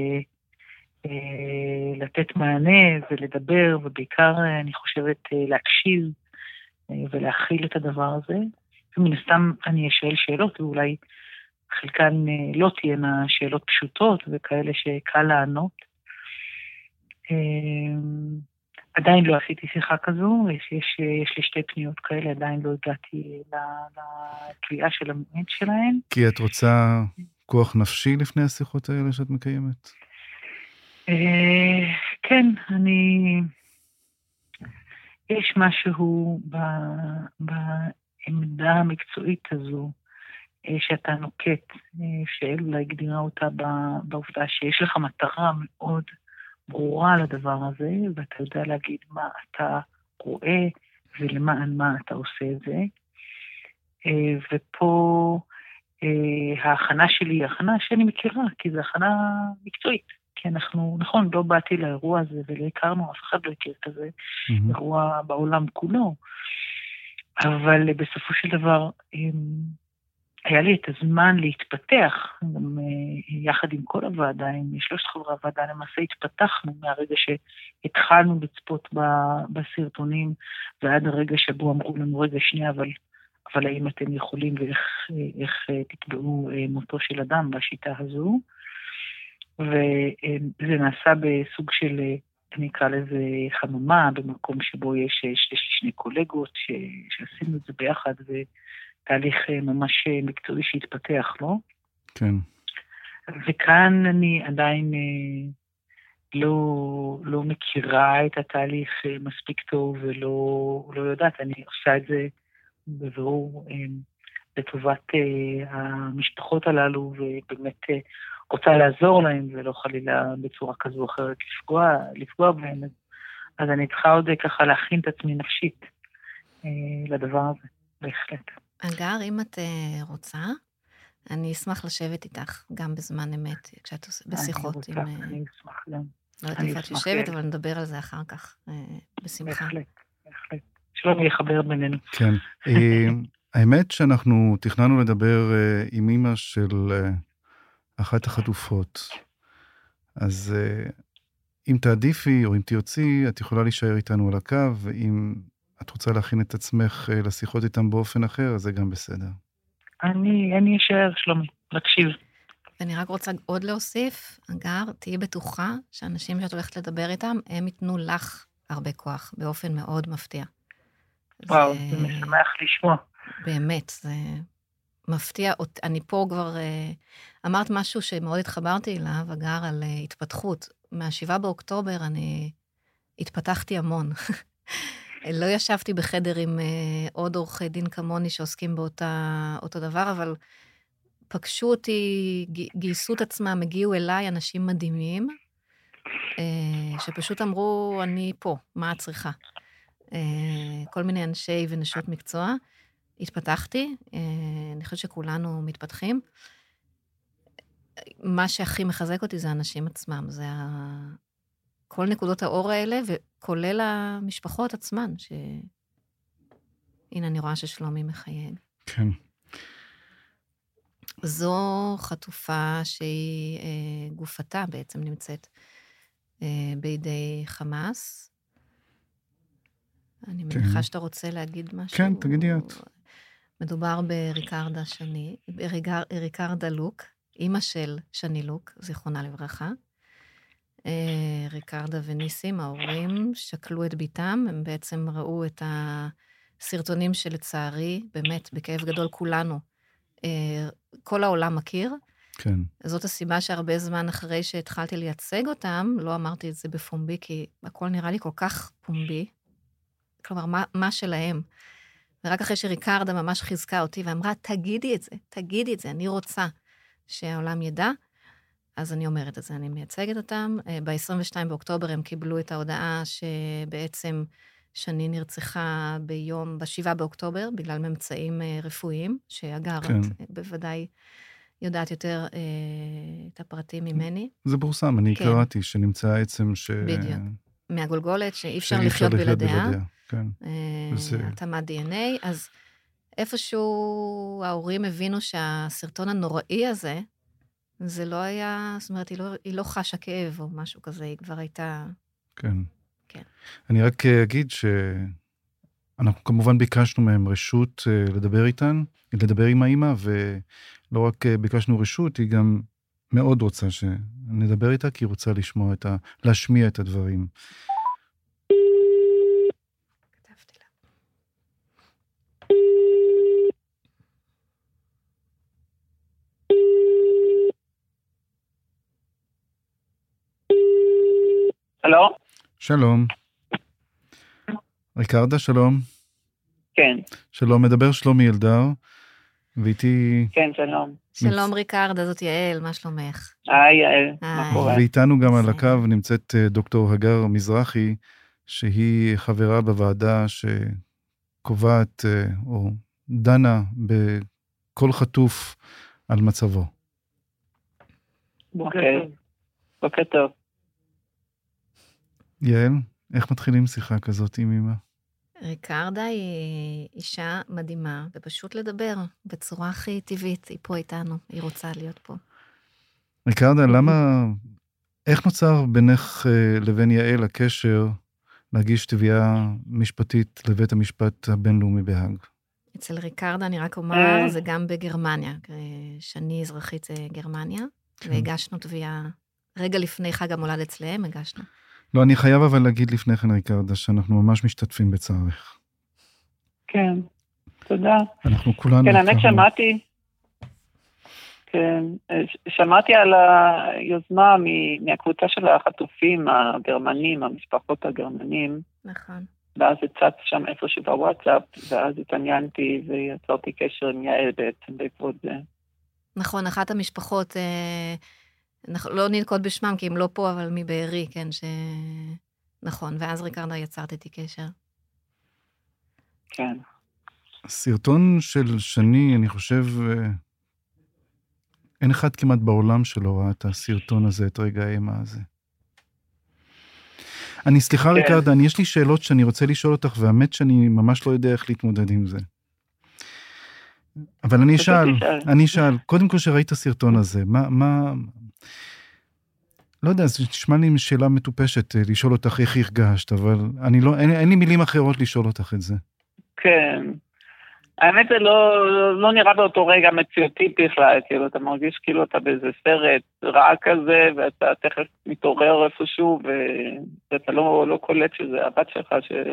לתת מענה ולדבר, ובעיקר אני חושבת להקשיב ולהכיל את הדבר הזה. ומן הסתם אני אשאל שאלות, ואולי חלקן לא תהיינה שאלות פשוטות וכאלה שקל לענות. עדיין לא עשיתי שיחה כזו, יש, יש, יש לי שתי פניות כאלה, עדיין לא הגעתי לתביעה של המועד שלהן. כי את רוצה כוח נפשי לפני השיחות האלה שאת מקיימת? כן, אני... יש משהו בעמדה המקצועית הזו, שאתה נוקט, שאלו לה הגדירה אותה בעובדה שיש לך מטרה מאוד ברורה לדבר הזה, ואתה יודע להגיד מה אתה רואה ולמען מה אתה עושה את זה. ופה ההכנה שלי היא הכנה שאני מכירה, כי זו הכנה מקצועית. כי אנחנו, נכון, לא באתי לאירוע הזה ולא הכרנו, אף אחד לא הכיר כזה, mm-hmm. אירוע בעולם כולו. אבל בסופו של דבר, היה לי את הזמן להתפתח, גם יחד עם כל הוועדה, עם שלושת חברי הוועדה, למעשה התפתחנו מהרגע שהתחלנו לצפות בסרטונים, ועד הרגע שבו אמרו לנו, רגע שנייה, אבל, אבל האם אתם יכולים ואיך איך תקבעו מותו של אדם בשיטה הזו, וזה נעשה בסוג של, אני אקרא לזה חממה, במקום שבו יש, יש שני קולגות ש, שעשינו את זה ביחד, ו... תהליך ממש מקצועי שהתפתח, לא? כן. וכאן אני עדיין לא, לא מכירה את התהליך מספיק טוב, ולא לא יודעת, אני עושה את זה בבירור לטובת המשפחות הללו, ובאמת רוצה לעזור להם, ולא חלילה בצורה כזו או אחרת לפגוע, לפגוע בהם. אז אני צריכה עוד ככה להכין את עצמי נפשית לדבר הזה, בהחלט. אגר, אם את רוצה, אני אשמח לשבת איתך, גם בזמן אמת, כשאת בשיחות. אני רוצה, עם... אני אשמח גם. לא יודעת איפה את יושבת, אבל נדבר על זה אחר כך, בשמחה. בהחלט, בהחלט. שלום יחבר בינינו. כן. האמת שאנחנו תכננו לדבר עם אמא של אחת החטופות. אז אם תעדיפי או אם תרצי, את יכולה להישאר איתנו על הקו, ואם... את רוצה להכין את עצמך לשיחות איתם באופן אחר, אז זה גם בסדר. אני, אני אשאר, שלומי, להקשיב. ואני רק רוצה עוד להוסיף, אגר, תהיי בטוחה שאנשים שאת הולכת לדבר איתם, הם ייתנו לך הרבה כוח, באופן מאוד מפתיע. וואו, זה, זה משמח לשמוע. באמת, זה מפתיע. אני פה כבר אמרת משהו שמאוד התחברתי אליו, אגר, על התפתחות. מהשבעה באוקטובר אני התפתחתי המון. לא ישבתי בחדר עם עוד עורכי דין כמוני שעוסקים באותה, אותו דבר, אבל פגשו אותי, גייסו את עצמם, הגיעו אליי אנשים מדהימים, שפשוט אמרו, אני פה, מה את צריכה? כל מיני אנשי ונשות מקצוע. התפתחתי, אני חושבת שכולנו מתפתחים. מה שהכי מחזק אותי זה האנשים עצמם, זה ה... כל נקודות האור האלה, וכולל המשפחות עצמן, ש... הנה, אני רואה ששלומי מחייג. כן. זו חטופה שהיא, אה, גופתה בעצם נמצאת אה, בידי חמאס. אני מניחה כן. שאתה רוצה להגיד משהו. כן, תגידי את. מדובר בריקרדה שני, בריקרדה לוק, אמא של שני לוק, זיכרונה לברכה. ריקרדה וניסים, ההורים, שקלו את ביתם, הם בעצם ראו את הסרטונים שלצערי, באמת, בכאב גדול כולנו, כל העולם מכיר. כן. זאת הסיבה שהרבה זמן אחרי שהתחלתי לייצג אותם, לא אמרתי את זה בפומבי, כי הכל נראה לי כל כך פומבי, כלומר, מה, מה שלהם. ורק אחרי שריקרדה ממש חיזקה אותי ואמרה, תגידי את זה, תגידי את זה, אני רוצה שהעולם ידע, אז אני אומרת את זה, אני מייצגת אותם. ב-עשרים ושניים באוקטובר הם קיבלו את ההודעה שבעצם שני נרצחה ביום, ב-שבעה באוקטובר, בגלל ממצאים רפואיים, שאגר, כן. את בוודאי יודעת יותר אה, את הפרטים ממני. זה פורסם, אני כן. קראתי שנמצא עצם ש... בדיוק. מהגולגולת, שאי אפשר לחיות בלעדיה. כן. התאמת די אן איי, אז איפשהו ההורים הבינו שהסרטון הנוראי הזה, זה לא היה, זאת אומרת, היא לא, היא לא חשה כאב או משהו כזה, היא כבר הייתה... כן. כן. אני רק אגיד שאנחנו כמובן ביקשנו מהם רשות לדבר איתן, לדבר עם האמא, ולא רק ביקשנו רשות, היא גם מאוד רוצה שנדבר איתה, כי היא רוצה לשמוע את ה... להשמיע את הדברים. הלו? שלום. ריקרדה, שלום. כן. שלום, מדבר שלומי אלדר, ואיתי... כן, שלום. שלום ריקרדה, זאת יעל, מה שלומך? היי, יעל, מה קורה? ואיתנו גם על הקו נמצאת דוקטור הגר מזרחי, שהיא חברה בוועדה שקובעת או דנה בכל חטוף על מצבו. אוקיי, בוקר טוב. יעל, איך מתחילים שיחה כזאת עם אמא? ריקרדה היא אישה מדהימה, ופשוט לדבר בצורה הכי טבעית, היא פה איתנו, היא רוצה להיות פה. ריקרדה, למה, איך נוצר בינך לבין יעל הקשר להגיש תביעה משפטית לבית המשפט הבינלאומי בהאג? אצל ריקרדה, אני רק אומר, זה גם בגרמניה, שאני אזרחית זה גרמניה, והגשנו תביעה, רגע לפני חג המולד אצלהם, הגשנו. לא, אני חייב אבל להגיד לפני כן, ריקרדה, שאנחנו ממש משתתפים בצערך. כן, תודה. אנחנו כולנו... כן, האמת שמעתי, כן, שמעתי על היוזמה מהקבוצה של החטופים הגרמנים, המשפחות הגרמנים. נכון. ואז הצעת שם איפשהו בוואטסאפ, ואז התעניינתי ויצרתי קשר עם יעל בעצם בעקבות זה. נכון, אחת המשפחות... לא ננקוט בשמם, כי הם לא פה, אבל מבארי, כן, ש... נכון, ואז ריקרדה יצרת איתי קשר. כן. הסרטון של שני, אני חושב, אין אחד כמעט בעולם שלא ראה את הסרטון הזה, את רגע האימה הזה. אני סליחה, כן. ריקרדה, אני, יש לי שאלות שאני רוצה לשאול אותך, והאמת שאני ממש לא יודע איך להתמודד עם זה. אבל אני אשאל, אני אשאל, קודם כל שראית את הסרטון הזה, מה, מה... לא יודע, זה נשמע לי שאלה מטופשת לשאול אותך איך הרגשת, אבל אני לא, אין, אין לי מילים אחרות לשאול אותך את זה. כן. האמת זה לא, לא נראה באותו רגע מציאותי בכלל, כאילו אתה מרגיש כאילו אתה באיזה סרט רע כזה, ואתה תכף מתעורר איפשהו, ואתה לא, לא קולט שזה הבת שלך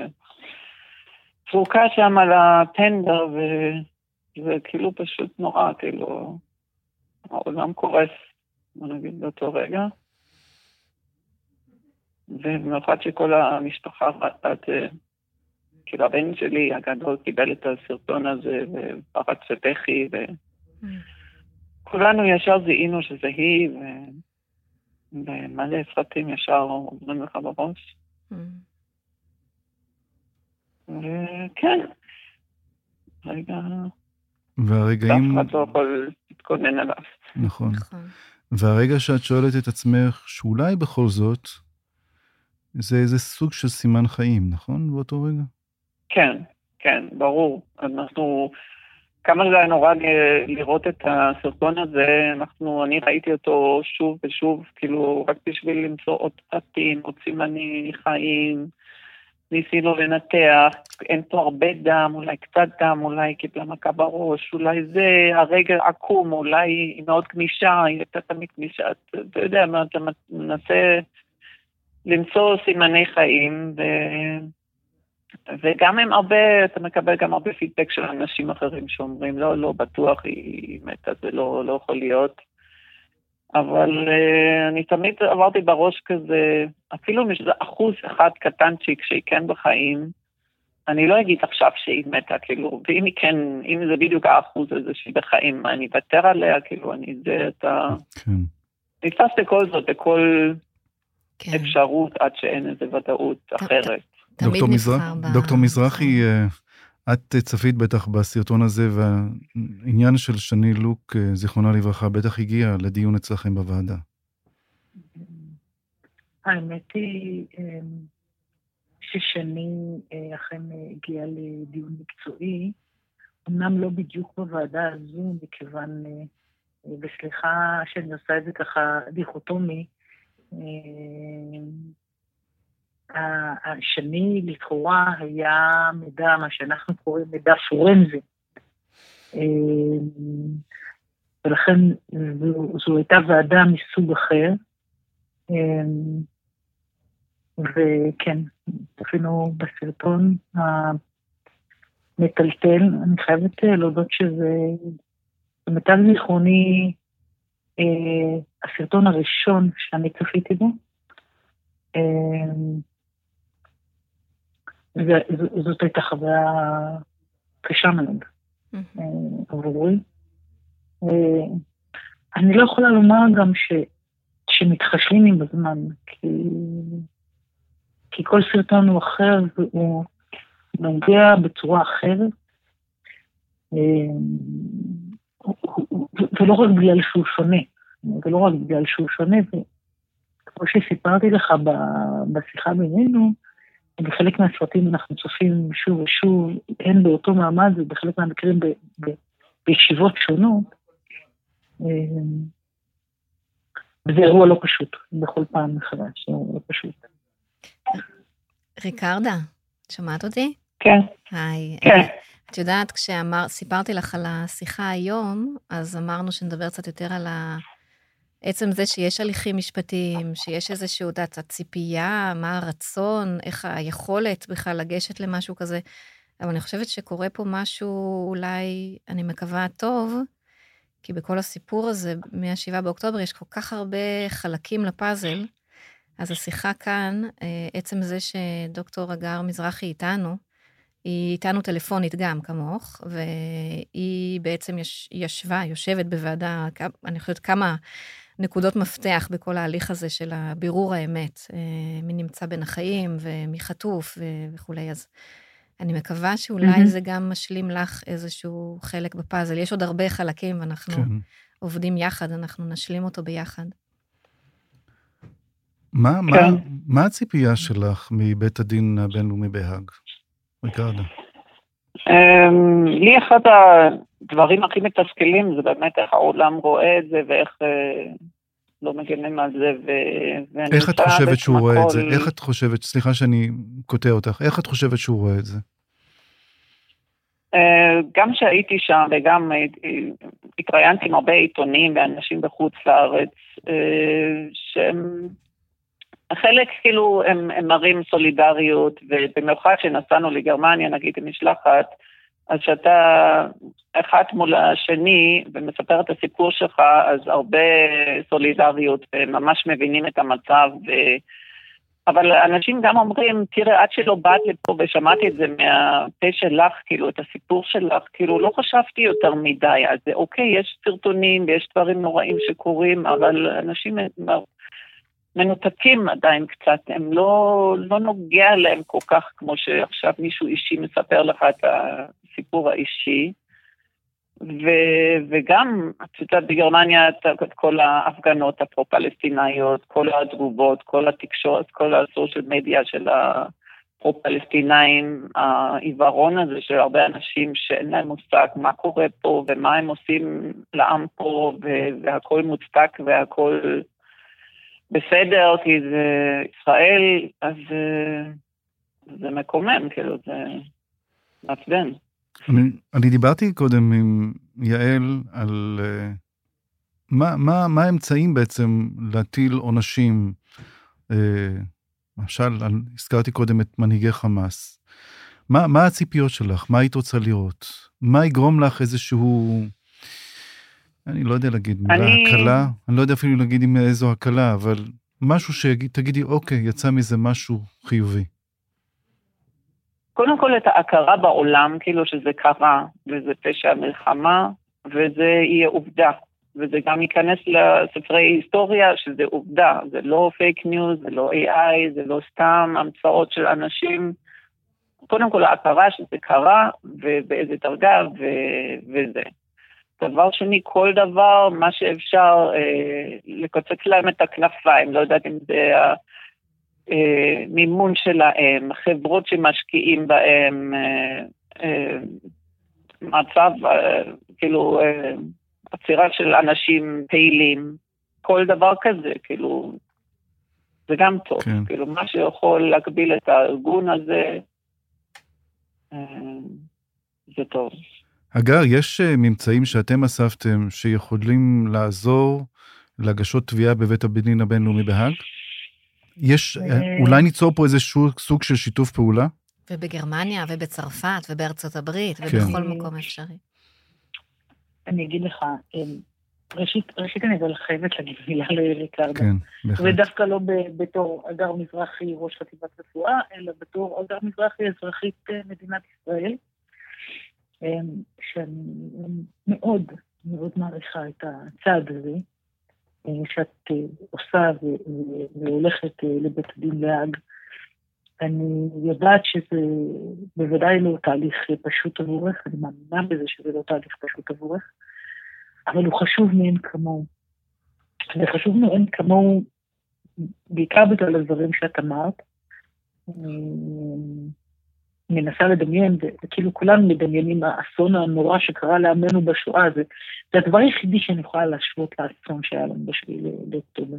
שפרוקה שם על הטנדר, וזה כאילו פשוט נורא, כאילו, העולם קורס, בוא נגיד באותו רגע. ובמיוחד שכל המשפחה רצת, כאילו הבן שלי הגדול קיבל את הסרטון הזה, ופרץ ובכי, וכולנו ישר זיהינו שזה היא, ומלא סרטים ישר עוברים לך בראש. וכן, רגע... והרגעים... אף אחד לא יכול להתכונן עליו. נכון. והרגע שאת שואלת את עצמך, שאולי בכל זאת, זה איזה סוג של סימן חיים, נכון? באותו רגע? כן, כן, ברור. אנחנו, כמה זה היה נורא לראות את הסרטון הזה, אנחנו, אני ראיתי אותו שוב ושוב, כאילו, רק בשביל למצוא עוד פרטים, עוד סימני חיים, ניסינו לנתח, אין פה הרבה דם, אולי קצת דם, אולי קיבלה מכה בראש, אולי זה הרגל עקום, אולי היא מאוד גמישה, היא הייתה תמיד גמישה, אתה יודע, אתה מנסה למצוא סימני חיים, ו... וגם הם הרבה, אתה מקבל גם הרבה פידבק של אנשים אחרים שאומרים, לא, לא, בטוח היא מתה, זה לא, לא יכול להיות. אבל uh, אני תמיד עברתי בראש כזה, אפילו משזה אחוז אחד קטנצ'יק שהיא כן בחיים, אני לא אגיד עכשיו שהיא מתה, כאילו, ואם היא כן, אם זה בדיוק האחוז הזה שהיא בחיים, אני אוותר עליה, כאילו, אני זה, אתה... כן. נתפס בכל זאת, בכל כן. אפשרות, עד שאין איזו ודאות ת, אחרת. ת, דוקטור, מזרח, דוקטור מזרחי, את צפית בטח בסרטון הזה, והעניין של שני לוק, זיכרונה לברכה, בטח הגיע לדיון אצלכם בוועדה. האמת היא ששני אכן הגיע לדיון מקצועי, אמנם לא בדיוק בוועדה הזו, מכיוון, וסליחה שאני עושה את זה ככה דיכוטומי, השני לכאורה היה מידע, מה שאנחנו קוראים מידע פורנזי. ולכן זו, זו הייתה ועדה מסוג אחר. וכן, אפילו בסרטון המטלטל, אני חייבת להודות שזה, במיטב זיכרוני, הסרטון הראשון שאני צפיתי בו, זאת הייתה חוויה קשה מאוד עבורי. אני לא יכולה לומר גם שמתחשלים עם הזמן, כי כל סרטון הוא אחר, והוא נוגע בצורה אחרת, ולא רק בגלל שהוא שונה, ולא רק בגלל שהוא שונה, וכמו שסיפרתי לך בשיחה בינינו, בחלק מהסרטים אנחנו צופים שוב ושוב, הן באותו מעמד, ובחלק מהמקרים בישיבות שונות, וזה אירוע לא פשוט, בכל פעם מחדש, זה לא פשוט. ריקרדה, שמעת אותי? כן. היי. כן. את יודעת, כשסיפרתי לך על השיחה היום, אז אמרנו שנדבר קצת יותר על עצם זה שיש הליכים משפטיים, שיש איזשהו, דעת, הציפייה, מה הרצון, איך היכולת בכלל לגשת למשהו כזה, אבל אני חושבת שקורה פה משהו, אולי, אני מקווה טוב, כי בכל הסיפור הזה, מהשבעה באוקטובר, יש כל כך הרבה חלקים לפאזל, אז השיחה כאן, עצם זה שדוקטור הגר מזרחי איתנו, היא איתנו טלפונית גם כמוך, והיא בעצם יש, ישבה, יושבת בוועדה, אני חושבת כמה נקודות מפתח בכל ההליך הזה של הבירור האמת, מי נמצא בין החיים ומי חטוף וכו'. אז אני מקווה שאולי mm-hmm. זה גם משלים לך איזשהו חלק בפאזל. יש עוד הרבה חלקים ואנחנו כן. עובדים יחד, אנחנו נשלים אותו ביחד. מה, כן. מה, מה הציפייה שלך מבית הדין הבינלאומי בהאג? ריקרדה. לי אחד הדברים הכי מתסכלים זה באמת איך העולם רואה את זה ואיך לא מגנים על זה. איך את חושבת שהוא רואה את זה? איך את חושבת, סליחה שאני קוטע אותך, איך את חושבת שהוא רואה את זה? גם שהייתי שם וגם התראיינתי עם הרבה עיתונים ואנשים בחוץ לארץ שהם החלק כאילו הם, הם מראים סולידריות, ובמיוחד שנסענו לגרמניה, נגיד עם משלחת, אז שאתה אחד מול השני ומספר את הסיפור שלך, אז הרבה סולידריות, וממש מבינים את המצב, ו... אבל אנשים גם אומרים, תראה, עד שלא באת לפה ושמעתי את זה מהפה שלך, כאילו, את הסיפור שלך, כאילו, לא חשבתי יותר מדי, אז אוקיי, יש סרטונים ויש דברים נוראים שקורים, אבל אנשים מנותקים עדיין קצת, הם לא, לא נוגע להם כל כך, כמו שעכשיו מישהו אישי מספר לך את הסיפור האישי, ו, וגם, את יודעת, בגרמניה, את כל ההפגנות הפרו-פלסטינאיות, כל התגובות, כל התקשורת, כל הסושיאל מדיה של הפרו-פלסטינאים, העיוורון הזה של הרבה אנשים שאין להם מושג מה קורה פה, ומה הם עושים לעם פה, והכל מוצדק והכל בסדר, כי זה ישראל, אז זה מקומם, כאילו, זה מעצבן. אני, אני דיברתי קודם עם יעל על uh, מה, מה, מה האמצעים בעצם להטיל עונשים, uh, למשל, על, הזכרתי קודם את מנהיגי חמאס. מה, מה הציפיות שלך? מה היית רוצה לראות? מה יגרום לך איזשהו, אני לא יודע להגיד, מילה אני... הקלה, אני לא יודע אפילו להגיד עם איזו הקלה, אבל משהו שתגידי, אוקיי, יצא מזה משהו חיובי. קודם כל את ההכרה בעולם, כאילו שזה קרה, וזה פשע מלחמה, וזה יהיה עובדה, וזה גם ייכנס לספרי היסטוריה, שזה עובדה, זה לא פייק ניוז, זה לא איי איי, זה לא סתם המצאות של אנשים, קודם כל ההכרה שזה קרה, ובאיזה דרגה, ו- וזה. דבר שני, כל דבר, מה שאפשר, אה, לקוצץ להם את הכנפיים, לא יודעת אם זה ה... מימון שלהם, חברות שמשקיעים בהם, מצב, כאילו, עצירה של אנשים פעילים, כל דבר כזה, כאילו, זה גם טוב, כן. כאילו, מה שיכול להגביל את הארגון הזה, זה טוב. אגר, יש ממצאים שאתם אספתם שיכולים לעזור להגשות תביעה בבית הדין הבינלאומי בהאג? יש, אולי ניצור פה איזשהו סוג של שיתוף פעולה? ובגרמניה, ובצרפת, ובארצות הברית, ובכל מקום אפשרי. אני אגיד לך, ראשית, ראשית אני אבל חייבת להגיד מילה לריקרדה. כן, בהחלט. ודווקא לא בתור אגר מזרחי ראש חטיבת רפואה, אלא בתור אגר מזרחי אזרחית מדינת ישראל, שאני מאוד מאוד מעריכה את הצעד הזה, שאת עושה והולכת לבית הדין להאג. אני יודעת שזה בוודאי לא תהליך פשוט עבורך, אני מאמינה בזה שזה לא תהליך פשוט עבורך, אבל הוא חשוב מאין כמוהו. זה חשוב מאין כמוהו, בעיקר בגלל הדברים שאת אמרת. אני מנסה לדמיין, וכאילו כולנו מדמיינים האסון הנורא שקרה לעמנו בשואה, זה, זה הדבר היחידי שאני יכולה להשוות לאסון שהיה לנו בשביל לאוקטובר.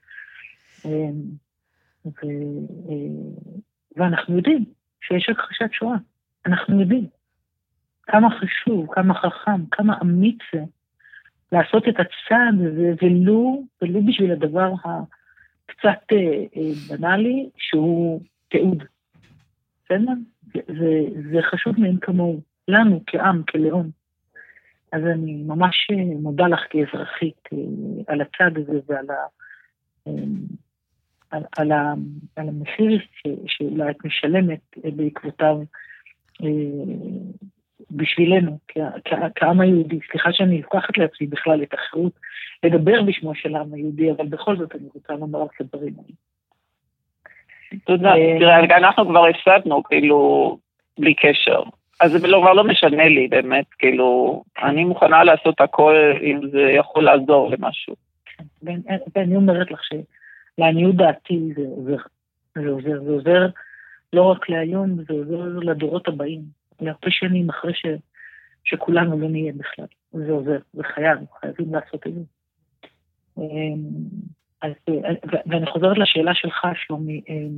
ו, ואנחנו יודעים שיש הכחשת שואה. אנחנו יודעים כמה חשוב, כמה חכם, כמה אמיץ זה, לעשות את הצעד הזה, ולו, ולו בשביל הדבר הקצת אה, אה, בנאלי, שהוא תיעוד. בסדר? זה, זה חשוב מאין כמוהו, לנו כעם, כלאום. אז אני ממש מודה לך כאזרחית אה, על הצעד הזה ועל ה, אה, על, על, ה, על המחיר ש, שאולי את משלמת אה, בעקבותיו אה, בשבילנו, כעם היהודי. סליחה שאני לוקחת לעצמי בכלל את החירות לדבר בשמו של העם היהודי, אבל בכל זאת אני רוצה לומר את הדברים האלה. תודה. תראה, אנחנו כבר הפסדנו, כאילו, בלי קשר. אז זה כבר לא משנה לי, באמת, כאילו, אני מוכנה לעשות הכל אם זה יכול לעזור למשהו. ואני אומרת לך שלעניות דעתי זה עוזר. זה עוזר, זה עוזר לא רק להיום, זה עוזר לדורות הבאים. להרבה שנים אחרי ש, שכולנו לא נהיה בכלל. זה עוזר, זה חייב, חייבים לעשות את זה. אז, ואני חוזרת לשאלה שלך, שלומי,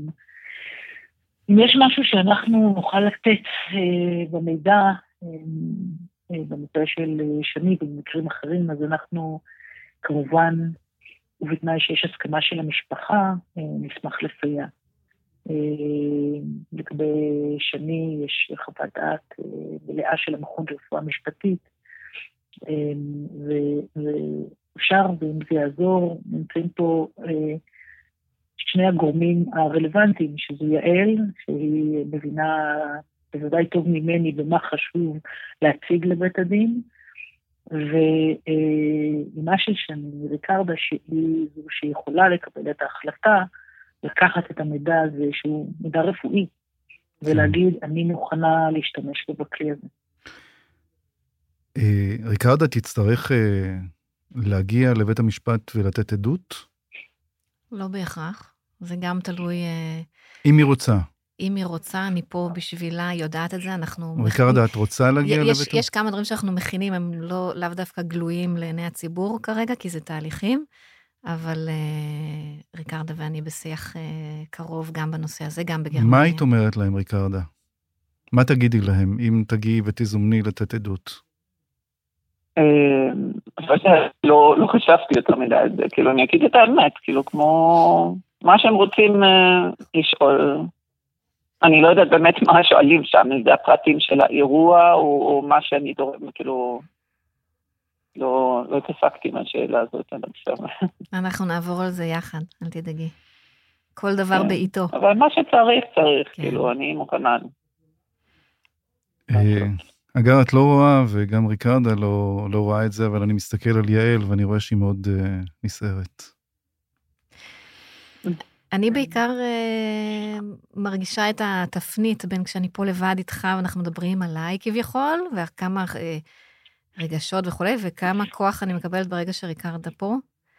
אם יש משהו שאנחנו נוכל לתת במידע, במקרה של שני ובמקרים אחרים, אז אנחנו כמובן, ובתנאי שיש הסכמה של המשפחה, נשמח לסייע. לגבי שני יש חוות דעת מלאה של המכון לרפואה משפטית, ואפשר, ואם זה יעזור, נמצאים פה שני הגורמים הרלוונטיים, שזו יעל, שהיא מבינה בוודאי טוב ממני במה חשוב להציג לבית הדין, ואימה של שני, ריקרדה, שהיא זו שיכולה לקבל את ההחלטה, לקחת את המידע הזה שהוא מידע רפואי, ולהגיד, אני מוכנה להשתמש בכלי הזה. ריקרדה, תצטרך להגיע לבית המשפט ולתת עדות? לא בהכרח. זה גם תלוי... אם היא רוצה. אם היא רוצה, אני פה בשבילה, יודעת את זה, אנחנו... ריקרדה, את רוצה להגיע לבית המשפט? יש כמה דברים שאנחנו מכינים, הם לא, לאו דווקא גלויים לעיני הציבור כרגע, כי זה תהליכים. אבל uh, ריקרדה ואני בשיח uh, קרוב גם בנושא הזה, גם בגרמניה. מה היית אומרת להם, ריקרדה? מה תגידי להם, אם תגיעי ותזומני לתת עדות? לא, לא חשבתי יותר מדי את זה, כאילו אני אגיד את האמת, כאילו כמו מה שהם רוצים לשאול. אני לא יודעת באמת מה שואלים שם, זה הפרטים של האירוע, או, או מה שאני דורם, כאילו... לא, לא התעסקתי מהשאלה הזאת עד עכשיו. אנחנו נעבור על זה יחד, אל תדאגי. כל דבר בעיתו. אבל מה שצריך, צריך, כאילו, אני מוכנה. אגב, את לא רואה, וגם ריקרדה לא רואה את זה, אבל אני מסתכל על יעל, ואני רואה שהיא מאוד נסערת. אני בעיקר מרגישה את התפנית בין כשאני פה לבד איתך, ואנחנו מדברים עליי כביכול, וכמה... רגשות וכו', וכמה כוח אני מקבלת ברגע שריקרדה פה.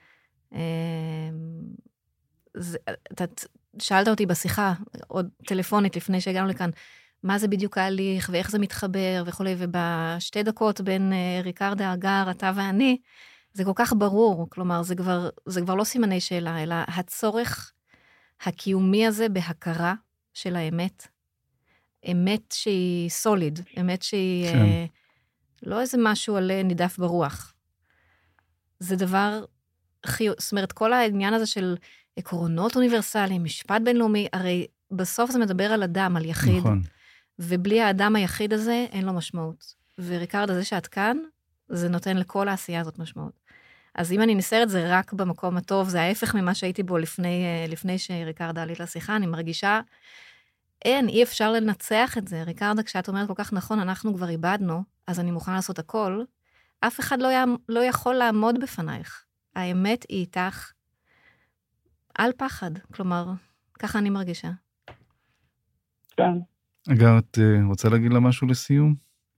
אתה שאלת אותי בשיחה, עוד טלפונית לפני שהגענו לכאן, מה זה בדיוק ההליך, ואיך זה מתחבר וכו', ובשתי דקות בין ריקרדה, אגר, אתה ואני, זה כל כך ברור, כלומר, זה כבר, זה כבר לא סימני שאלה, אלא הצורך הקיומי הזה בהכרה של האמת, אמת שהיא סוליד, אמת שהיא... כן. לא איזה משהו על נידף ברוח. זה דבר חיו... זאת אומרת, כל העניין הזה של עקרונות אוניברסליים, משפט בינלאומי, הרי בסוף זה מדבר על אדם, על יחיד. נכון. ובלי האדם היחיד הזה, אין לו משמעות. וריקרדה, זה שאת כאן, זה נותן לכל העשייה הזאת משמעות. אז אם אני נסערת זה רק במקום הטוב, זה ההפך ממה שהייתי בו לפני, לפני שריקרדה עלית לשיחה, אני מרגישה, אין, אי אפשר לנצח את זה. ריקרדה, כשאת אומרת כל כך נכון, אנחנו כבר איבדנו, אז אני מוכנה לעשות הכל, אף אחד לא, לא יכול לעמוד בפנייך. האמת היא איתך על פחד, כלומר, ככה אני מרגישה. כן. אגב, את רוצה להגיד לה משהו לסיום?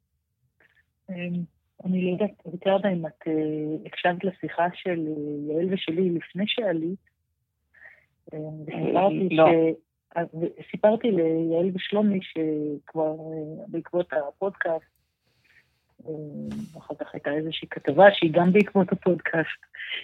אני לא יודעת, ריקרדה, אם את הקשבת לשיחה של יעל ושלי לפני שעלית, וסיפרתי לא. ש... סיפרתי ליעל ושלומי שכבר בעקבות הפודקאסט, אחר כך הייתה איזושהי כתבה שהיא גם בעקבות הפודקאסט,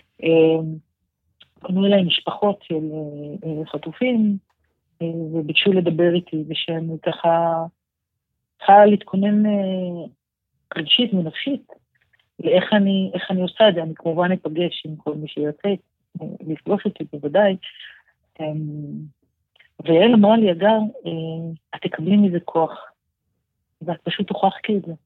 פנו אליי משפחות של חטופים, וביקשו לדבר איתי, ושאני ככה צריכה להתכונן רגשית ונפשית, לאיך אני, איך אני עושה את זה. אני כמובן אפגש עם כל מי שיוצא, לפגוש אותי בוודאי. ויעל אמרה לי, אגר, את תקבלי מזה כוח, ואת פשוט הוכחתי את זה.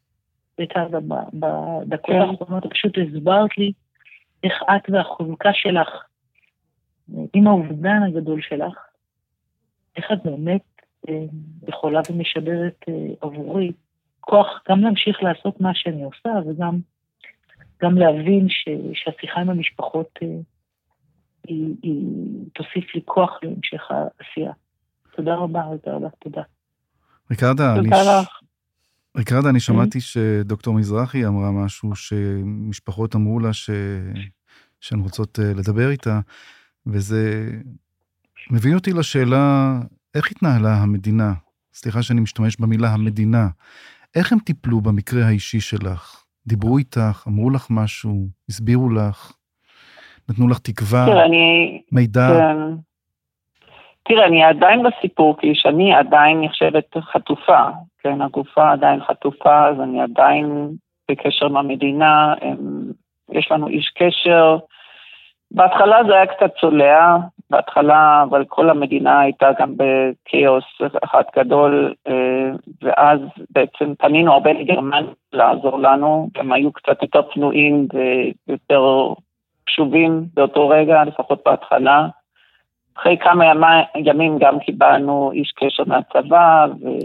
בדקות האחרונות, פשוט הסברת לי איך את והחוזקה שלך, עם האובדן הגדול שלך, איך את באמת יכולה ומשדרת עבורי כוח גם להמשיך לעשות מה שאני עושה, וגם גם להבין ש, שהשיחה עם המשפחות היא, היא תוסיף לי כוח להמשך העשייה. תודה רבה, תודה רבה, תודה. ריקרדה, אני, תודה לך. ריקרדה, אני שמעתי שדוקטור מזרחי אמרה משהו, שמשפחות אמרו לה ש... שהן רוצות לדבר איתה, וזה מביא אותי לשאלה, איך התנהלה המדינה? סליחה שאני משתמש במילה המדינה. איך הם טיפלו במקרה האישי שלך? דיברו איתך, אמרו לך משהו, הסבירו לך, נתנו לך תקווה, תראה, אני... מידע? כן. תראה, אני עדיין בסיפור, כי שאני עדיין נחשבת חטופה, כן, הגופה עדיין חטופה, אז אני עדיין בקשר עם המדינה, הם, יש לנו איש קשר. בהתחלה זה היה קצת צולע, בהתחלה, אבל כל המדינה הייתה גם בקאוס אחד גדול, ואז בעצם פנינו הרבה לגרמניה לעזור לנו, הם היו קצת יותר פנויים ויותר קשובים באותו רגע, לפחות בהתחלה. אחרי כמה ימים גם קיבלנו איש קשר מהצבא,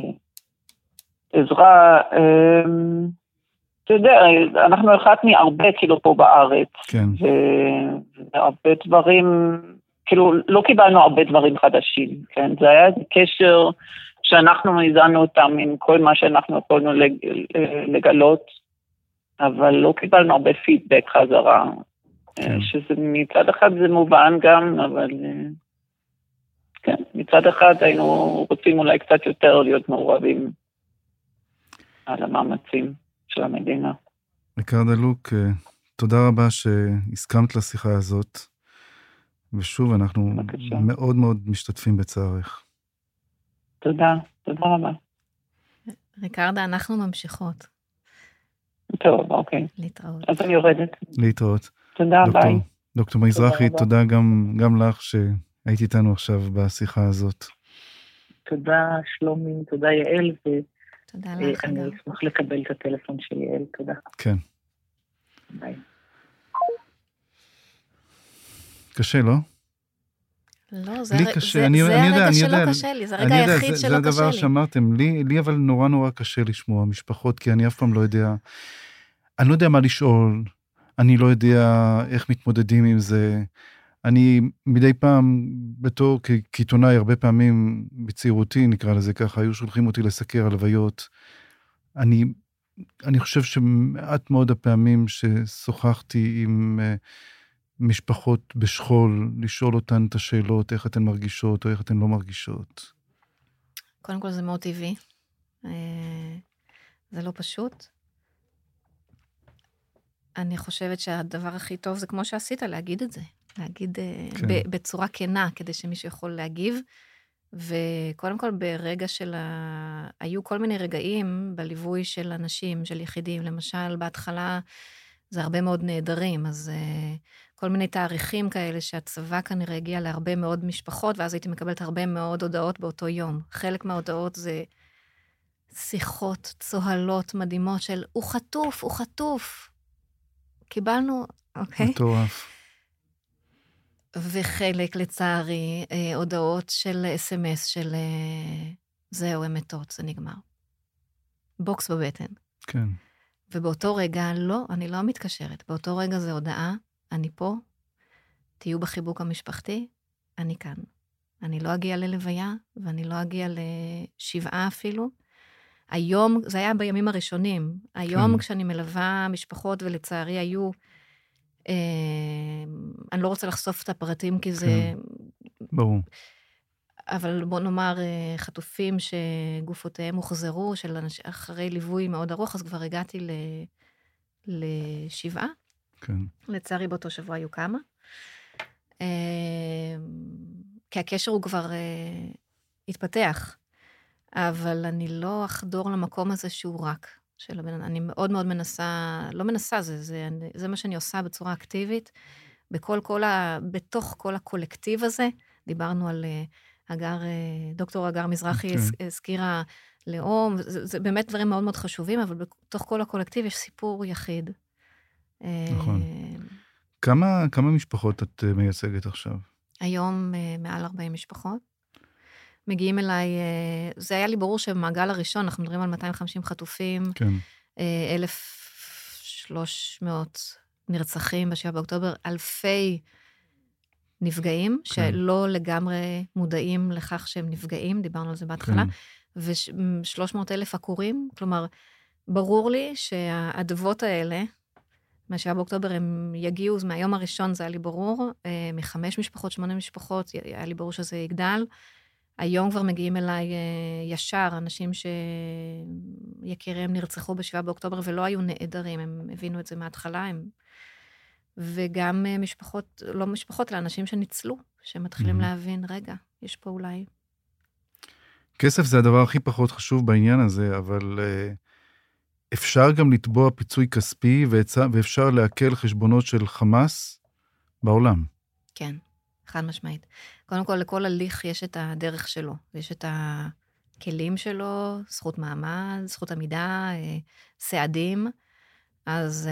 ועזרה, אתה יודע, אנחנו החלטנו הרבה כאילו פה בארץ, כן. והרבה דברים, כאילו לא קיבלנו הרבה דברים חדשים, כן, זה היה קשר שאנחנו הזענו אותם עם כל מה שאנחנו יכולנו לגלות, אבל לא קיבלנו הרבה פידבק חזרה, כן. שזה מצד אחד זה מובן גם, אבל כן, מצד אחד היינו רוצים אולי קצת יותר להיות מעורבים על המאמצים של המדינה. ריקרדה לוק, תודה רבה שהסכמת לשיחה הזאת, ושוב אנחנו בבקשה. מאוד מאוד משתתפים בצערך. תודה, תודה רבה. ריקרדה, אנחנו ממשיכות. טוב, אוקיי. להתראות. אז אני יורדת. להתראות. תודה, דוקטור, ביי. דוקטור מזרחי, תודה, תודה גם, גם לך שהיית איתנו עכשיו בשיחה הזאת. תודה שלומי, תודה יעל, ו... תודה לך. אני אשמח לקבל את הטלפון של יעל, תודה. כן. ביי. קשה, לא? לא, זה, לי הר... קשה. זה, אני, זה אני הרגע יודע, שלא אני יודע, קשה לי, זה הרגע היחיד שלא קשה לי. זה הדבר שאמרתם, לי, לי אבל נורא נורא קשה לשמוע משפחות, כי אני אף פעם לא יודע, אני לא יודע מה לשאול, אני לא יודע איך מתמודדים עם זה, אני מדי פעם, בתור כעיתונאי, הרבה פעמים בצעירותי, נקרא לזה ככה, היו שולחים אותי לסקר הלוויות. אני, אני חושב שמעט מאוד הפעמים ששוחחתי עם משפחות בשכול, לשאול אותן את השאלות, איך אתן מרגישות או איך אתן לא מרגישות. קודם כל זה מאוד טבעי. זה לא פשוט. אני חושבת שהדבר הכי טוב זה כמו שעשית, להגיד את זה. להגיד כן. בצורה כנה, כדי שמישהו יכול להגיב. וקודם כל ברגע של ה... היו כל מיני רגעים בליווי של אנשים, של יחידים. למשל, בהתחלה זה הרבה מאוד נהדרים, אז כל מיני תאריכים כאלה שהצבא כנראה הגיע להרבה מאוד משפחות, ואז הייתי מקבלת הרבה מאוד הודעות באותו יום. חלק מההודעות זה שיחות צוהלות מדהימות של, הוא חטוף, הוא חטוף. קיבלנו אוקיי? מטורף. וחלק, לצערי, אה, הודעות של אס אם אס של אה, זהו, הם מתות, זה נגמר. בוקס בבטן. כן. ובאותו רגע, לא, אני לא מתקשרת. באותו רגע זה הודעה, אני פה, תהיו בחיבוק המשפחתי, אני כאן. אני לא אגיע ללוויה, ואני לא אגיע לשבעה אפילו. היום, זה היה בימים הראשונים, היום כן. כשאני מלווה משפחות, ולצערי היו, אה, אני לא רוצה לחשוף את הפרטים, כי זה... כן. ברור. אבל בוא נאמר, אה, חטופים שגופותיהם הוחזרו, של אנש... אחרי ליווי מאוד ארוך, אז כבר הגעתי ל... לשבעה. כן. לצערי באותו שבוע היו כמה. אה, כי הקשר הוא כבר אה, התפתח, אבל אני לא אחדור למקום הזה שהוא רק של הבן. אני מאוד מאוד מנסה, לא מנסה, זה, זה, זה מה שאני עושה בצורה אקטיבית, בכל, כל ה, בתוך כל הקולקטיב הזה. דיברנו על אגר, דוקטור אגר מזרחי כן. הזכירה לאום, זה, זה באמת דברים מאוד מאוד חשובים, אבל בתוך כל הקולקטיב יש סיפור יחיד. נכון. כמה, כמה משפחות את מייצגת עכשיו? היום מעל ארבעים משפחות. מגיעים אליי, זה היה לי ברור שבמעגל הראשון, אנחנו מדברים על מאתיים וחמישים חטופים, כן. אלף ושלוש מאות נרצחים בשבעה באוקטובר, אלפי נפגעים, כן. שלא לגמרי מודעים לכך שהם נפגעים, דיברנו על זה בהתחלה, כן. ו-שלוש מאות אלף עקורים, כלומר, ברור לי שהאדוות האלה, מהשבעה באוקטובר הם יגיעו, מהיום הראשון זה היה לי ברור, מחמש משפחות, שמונה משפחות, היה לי ברור שזה יגדל, היום כבר מגיעים אליי ישר, אנשים שיקיריהם נרצחו בשבעה באוקטובר, ולא היו נעדרים, הם הבינו את זה מההתחלה, הם... וגם משפחות, לא משפחות, אלא אנשים שניצלו, שמתחילים mm-hmm. להבין, רגע, יש פה אולי... כסף זה הדבר הכי פחות חשוב בעניין הזה, אבל אפשר גם לתבוע פיצוי כספי, ואפשר להקל חשבונות של חמאס בעולם. כן. חד משמעית. קודם כל, לכל הליך יש את הדרך שלו, יש את הכלים שלו, זכות מעמד, זכות עמידה, סעדים. אז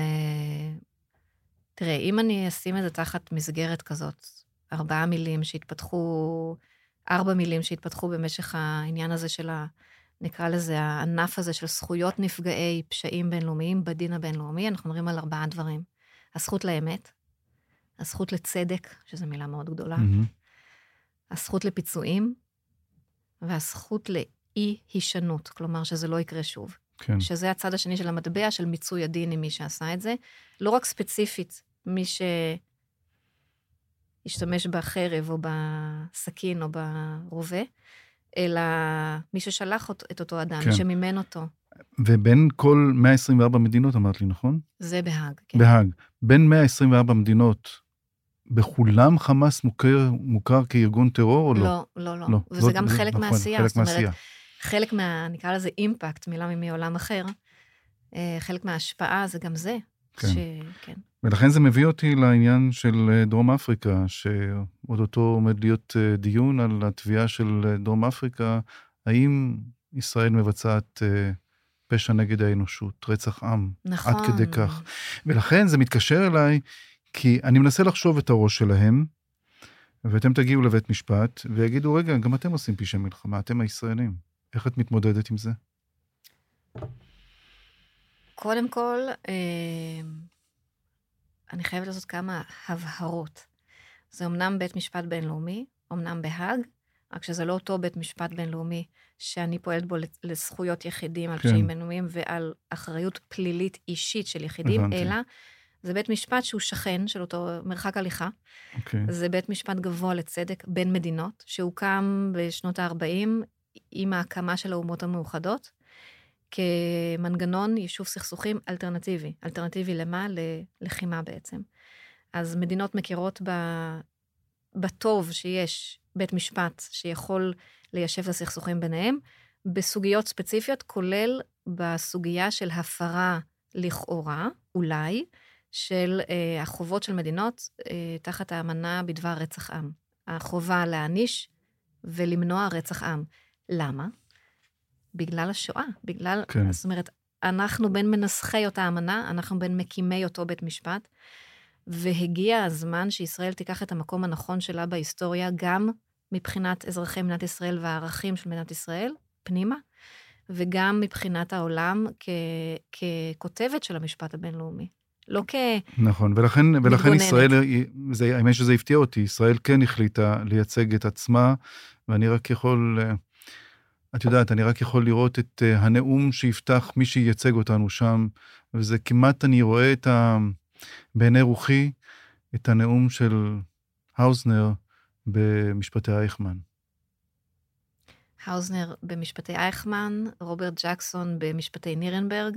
תראה, אם אני אשים את זה תחת מסגרת כזאת, ארבעה מילים שהתפתחו, ארבע מילים שהתפתחו במשך העניין הזה של ה... נקרא לזה, הענף הזה של זכויות נפגעי פשעים בינלאומיים בדין הבינלאומי, אנחנו מדברים על ארבעה דברים. הזכות לאמת, הזכות לצדק, שזו מילה מאוד גדולה, mm-hmm. הזכות לפיצויים, והזכות לאי-הישנות, כלומר שזה לא יקרה שוב. כן. שזה הצד השני של המטבע, של מיצוי הדין עם מי שעשה את זה. לא רק ספציפית, מי שהשתמש בחרב או בסכין או ברובה, אלא מי ששלח את אותו אדם, כן. מי שמימן אותו. ובין כל מאה עשרים וארבע מדינות, אמרת לי, נכון? זה בהאג, כן. בהאג. בין מאה עשרים וארבע מדינות, בכולם חמאס מוכר, מוכר כארגון טרור או לא? לא, לא, לא. לא. וזה זאת, גם חלק נכון, מהעשייה. חלק זאת אומרת, מהעשייה. חלק מה, נקרא לזה אימפקט, מילה מעולם אחר, חלק מההשפעה זה גם זה. כן. ש... כן. ולכן זה מביא אותי לעניין של דרום אפריקה, שעוד אותו עומד להיות דיון על התביעה של דרום אפריקה, האם ישראל מבצעת פשע נגד האנושות, רצח עם, נכון. עד כדי כך. ולכן זה מתקשר אליי, כי אני מנסה לחשוב את הראש שלהם, ואתם תגיעו לבית משפט, ויגידו, רגע, גם אתם עושים פשע מלחמה, אתם הישראלים. איך את מתמודדת עם זה? קודם כל, אני חייבת לעשות כמה הבהרות. זה אמנם בית משפט בינלאומי, אמנם בהאג, רק שזה לא אותו בית משפט בינלאומי, שאני פועלת בו לזכויות יחידים על פשעים בינלאומיים, ועל אחריות פלילית אישית של יחידים, אלא זה בית משפט שהוא שכן של אותו מרחק הליכה. זה בית משפט גבוה לצדק בין מדינות, שהוקם בשנות ה-ארבעים עם ההקמה של האומות המאוחדות, כמנגנון יישוב סכסוכים אלטרנטיבי. אלטרנטיבי למה? ללחימה בעצם. אז מדינות מכירות בטוב שיש בית משפט שיכול ליישב את הסכסוכים ביניהם, בסוגיות ספציפיות, כולל בסוגיה של הפרה לכאורה, אולי, של אה, החובות של מדינות אה, תחת האמנה בדבר רצח עם. החובה להעניש ולמנוע רצח עם. למה? בגלל השואה, בגלל, כן. זאת אומרת, אנחנו בין מנסחי אותה אמנה, אנחנו בין מקימי אותו בית משפט, והגיע הזמן שישראל תיקח את המקום הנכון שלה בהיסטוריה, גם מבחינת אזרחי מדינת ישראל והערכים של מדינת ישראל, פנימה, וגם מבחינת העולם כ- ככותבת של המשפט הבינלאומי. לא כ... נכון, ולכן, ולכן ישראל, זה, האמת שזה הפתיע אותי, ישראל כן החליטה לייצג את עצמה, ואני רק יכול, את יודעת, אני רק יכול לראות את הנאום שיפתח מי שייצג אותנו שם, וזה כמעט אני רואה את ה... בעיני רוחי, את הנאום של האוזנר במשפטי אייכמן. האוזנר במשפטי אייכמן, רוברט ג'קסון במשפטי נירנברג.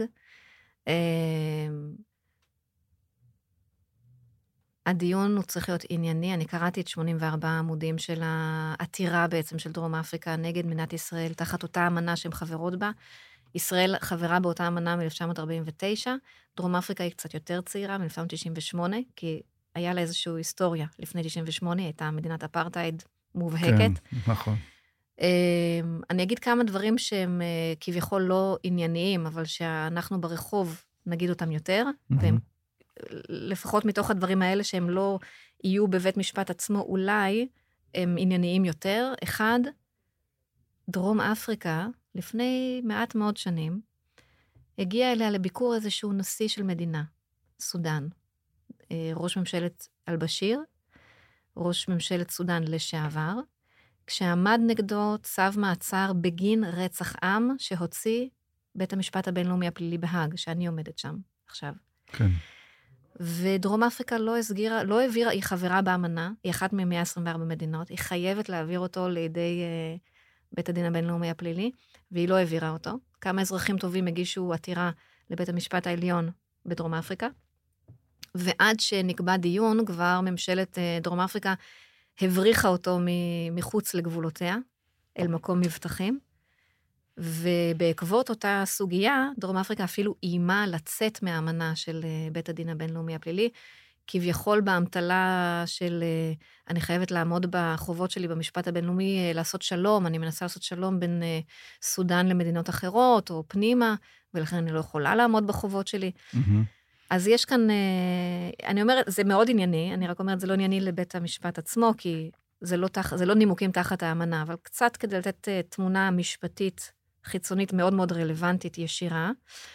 הדיון הוא צריך להיות ענייני, אני קראתי את שמונים וארבעה עמודים של העתירה בעצם של דרום אפריקה נגד מדינת ישראל, תחת אותה אמנה שהן חברות בה. ישראל חברה באותה אמנה מ-אלף תשע מאות ארבעים ותשע, דרום אפריקה היא קצת יותר צעירה, מ-אלף תשע מאות תשעים ושמונה, כי היה לה איזושהי היסטוריה לפני תשעים ושמונה, הייתה מדינת אפרטהייד מובהקת. כן, נכון. אני אגיד כמה דברים שהם כביכול לא ענייניים, אבל שאנחנו ברחוב נגיד אותם יותר, והם לפחות מתוך הדברים האלה שהם לא יהיו בבית משפט עצמו, אולי הם ענייניים יותר. אחד, דרום אפריקה, לפני מעט מאוד שנים, הגיע אליה לביקור איזשהו נשיא של מדינה, סודן. ראש ממשלת אל-בשיר, ראש ממשלת סודן לשעבר, כשעמד נגדו צו מעצר בגין רצח עם שהוציא בית המשפט הבינלאומי הפלילי בהאג, שאני עומדת שם עכשיו. כן. ודרום אפריקה לא הסגירה, לא העבירה, היא חברה באמנה, היא אחת מ-מאה עשרים וארבע מדינות, היא חייבת להעביר אותו לידי uh, בית הדין הבינלאומי הפלילי, והיא לא העבירה אותו. כמה אזרחים טובים הגישו עתירה לבית המשפט העליון בדרום אפריקה, ועד שנקבע דיון, כבר ממשלת uh, דרום אפריקה הבריחה אותו מחוץ לגבולותיה, אל מקום מבטחים, ובעקבות אותה סוגיה, דרום אפריקה אפילו איימה לצאת מהאמנה של בית הדין הבינלאומי הפלילי, כביכול באמתלה של, אני חייבת לעמוד בחובות שלי במשפט הבינלאומי, לעשות שלום, אני מנסה לעשות שלום בין סודן למדינות אחרות, או פנימה, ולכן אני לא יכולה לעמוד בחובות שלי. Mm-hmm. אז יש כאן, אני אומרת, זה מאוד ענייני, אני רק אומרת, זה לא ענייני לבית המשפט עצמו, כי זה לא, תח, זה לא נימוקים תחת האמנה, אבל קצת כדי לתת תמונה משפטית חיצונית מאוד מאוד רלוונטית, ישירה.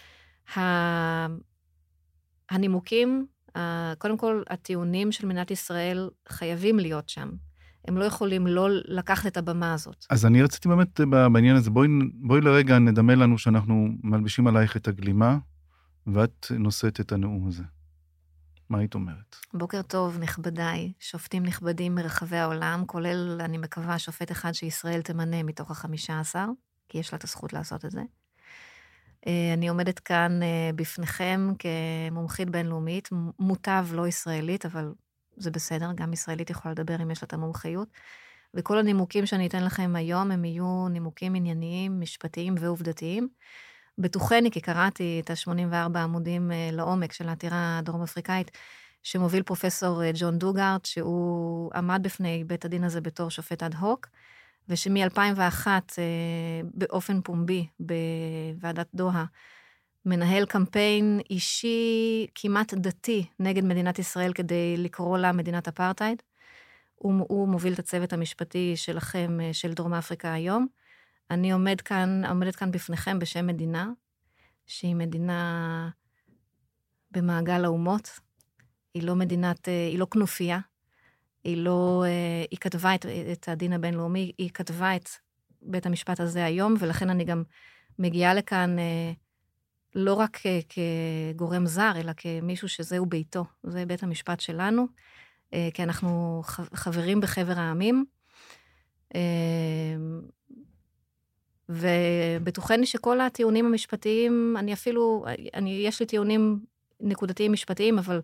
הנימוקים, קודם כל, הטיעונים של מדינת ישראל חייבים להיות שם. הם לא יכולים לא לקחת את הבמה הזאת. אז אני רציתי באמת בעניין הזה, בואי, בואי לרגע נדמה לנו שאנחנו מלבישים עלייך את הגלימה, ואת נושאת את הנאום הזה. מה היית אומרת? בוקר טוב, נכבדיי, שופטים נכבדים מרחבי העולם, כולל, אני מקווה, שופט אחד שישראל תמנה מתוך החמישה עשר, כי יש לה את הזכות לעשות את זה. אני עומדת כאן בפניכם כמומחית בינלאומית, מוטב לא ישראלית, אבל זה בסדר, גם ישראלית יכולה לדבר אם יש לה את המומחיות, וכל הנימוקים שאני אתן לכם היום, הם יהיו נימוקים ענייניים, משפטיים ועובדתיים. בטוחני, כי קראתי את ה-שמונים וארבע עמודים לעומק של העתירה הדרום-אפריקאית, שמוביל פרופסור ג'ון דוגארט, שהוא עמד בפני בית הדין הזה בתור שופט אד הוק, ושמ-אלפיים ואחת באופן פומבי בוועדת דוחה, מנהל קמפיין אישי כמעט דתי נגד מדינת ישראל כדי לקרוא לה מדינת אפרטהייד. הוא, הוא מוביל את הצוות המשפטי שלכם, של דרום אפריקה היום. אני עומד כאן, עומדת כאן בפניכם בשם מדינה, שהיא מדינה במעגל האומות. היא לא מדינת, היא לא כנופיה. היא לא, היא כתבה את, את הדין הבינלאומי, היא כתבה את בית המשפט הזה היום, ולכן אני גם מגיעה לכאן לא רק כגורם זר, אלא כמישהו שזהו ביתו. זה בית המשפט שלנו, כי אנחנו חברים בחבר העמים, ובטוחני שכל הטיעונים המשפטיים, אני אפילו, אני, יש לי טיעונים נקודתיים משפטיים, אבל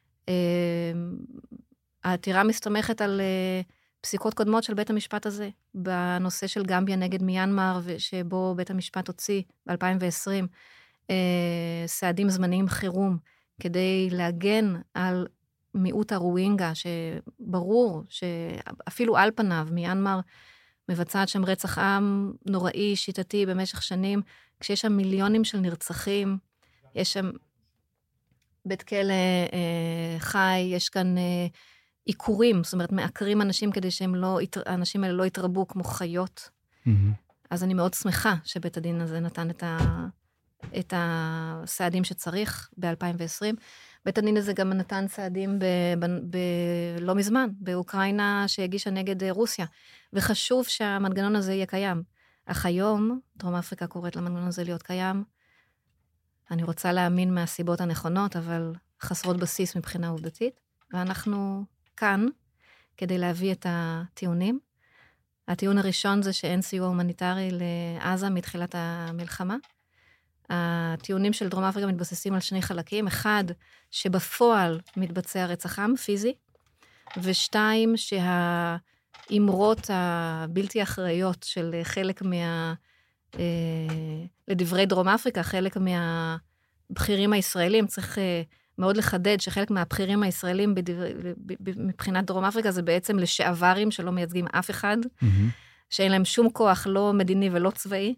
העתירה מסתמכת על פסיקות קודמות של בית המשפט הזה, בנושא של גמביה נגד מיינמר, שבו בית המשפט הוציא ב-אלפיים ועשרים סעדים זמניים חירום, כדי להגן על מיעוט הרואינגה, שברור שאפילו על פניו, מיינמר מבצעת שם רצח עם נוראי, שיטתי במשך שנים, כשיש שם מיליונים של נרצחים, יש שם בית כלא אה, חי, יש כאן אה, עיקורים, זאת אומרת, מעקרים אנשים כדי שהם לא, האנשים האלה לא יתרבו כמו חיות. Mm-hmm. אז אני מאוד שמחה שבית הדין הזה נתן את, ה, את הסעדים שצריך ב-אלפיים ועשרים. בית הדין הזה גם נתן סעדים ב, ב, ב, לא מזמן, באוקראינה שהגישה נגד רוסיה, וחשוב שהמנגנון הזה יהיה קיים. אך היום, דרום אפריקה קוראת למנגנון הזה להיות קיים, אני רוצה להאמין מהסיבות הנכונות, אבל חסרות בסיס מבחינה עובדתית, ואנחנו כאן כדי להביא את הטיעונים. הטיעון הראשון זה שאין סיוע הומניטרי לעזה מתחילת המלחמה. הטיעונים של דרום אפריקה מתבססים על שני חלקים. אחד, שבפועל מתבצע רצח עם פיזי, ושתיים, שהאמרות הבלתי אחראיות של חלק מה... לדברי דרום אפריקה, חלק מהבחירים הישראלים, צריך מאוד לחדד שחלק מהבחירים הישראלים מבחינת דרום אפריקה זה בעצם לשעברים שלא מייצגים אף אחד, mm-hmm. שאין להם שום כוח, לא מדיני ולא צבאי,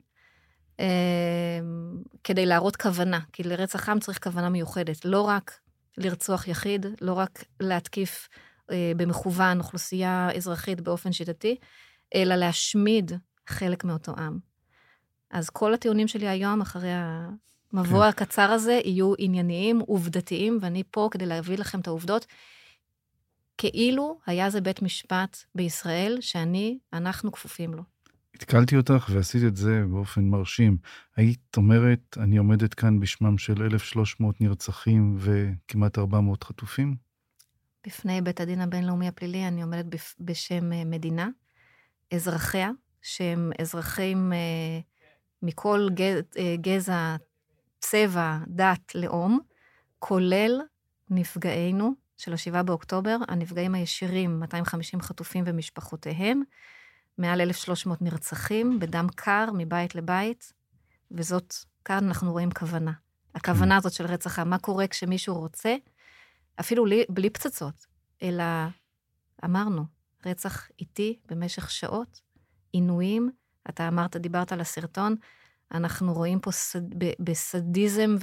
כדי להראות כוונה, כי לרצח עם צריך כוונה מיוחדת, לא רק לרצוח יחיד, לא רק להתקיף במכוון אוכלוסייה אזרחית באופן שיטתי, אלא להשמיד חלק מאותו עם. אז כל הטיעונים שלי היום, אחרי המבוא הקצר הזה, יהיו ענייניים, עובדתיים, ואני פה כדי להביא לכם את העובדות, כאילו היה זה בית משפט בישראל, שאני, אנחנו כפופים לו. התקלתי אותך ועשית את זה באופן מרשים. היית אומרת, אני עומדת כאן בשמם של אלף ושלוש מאות נרצחים וכמעט ארבע מאות חטופים? בפני בית הדין הבינלאומי הפלילי, אני עומדת בשם מדינה, אזרחיה, שהם אזרחים מכל גזע, צבע, דת, לאום, כולל נפגעינו של השבעה באוקטובר, הנפגעים הישירים, מאתיים וחמישים חטופים ומשפחותיהם, מעל אלף ושלוש מאות נרצחים, בדם קר, מבית לבית, וזאת, כאן אנחנו רואים כוונה. הכוונה הזאת של רצח, מה קורה כשמישהו רוצה, אפילו בלי פצצות, אלא אמרנו, רצח איטי במשך שעות, עינויים, אתה אמרת, דיברת על הסרטון, אנחנו רואים פה סד, ב, בסדיזם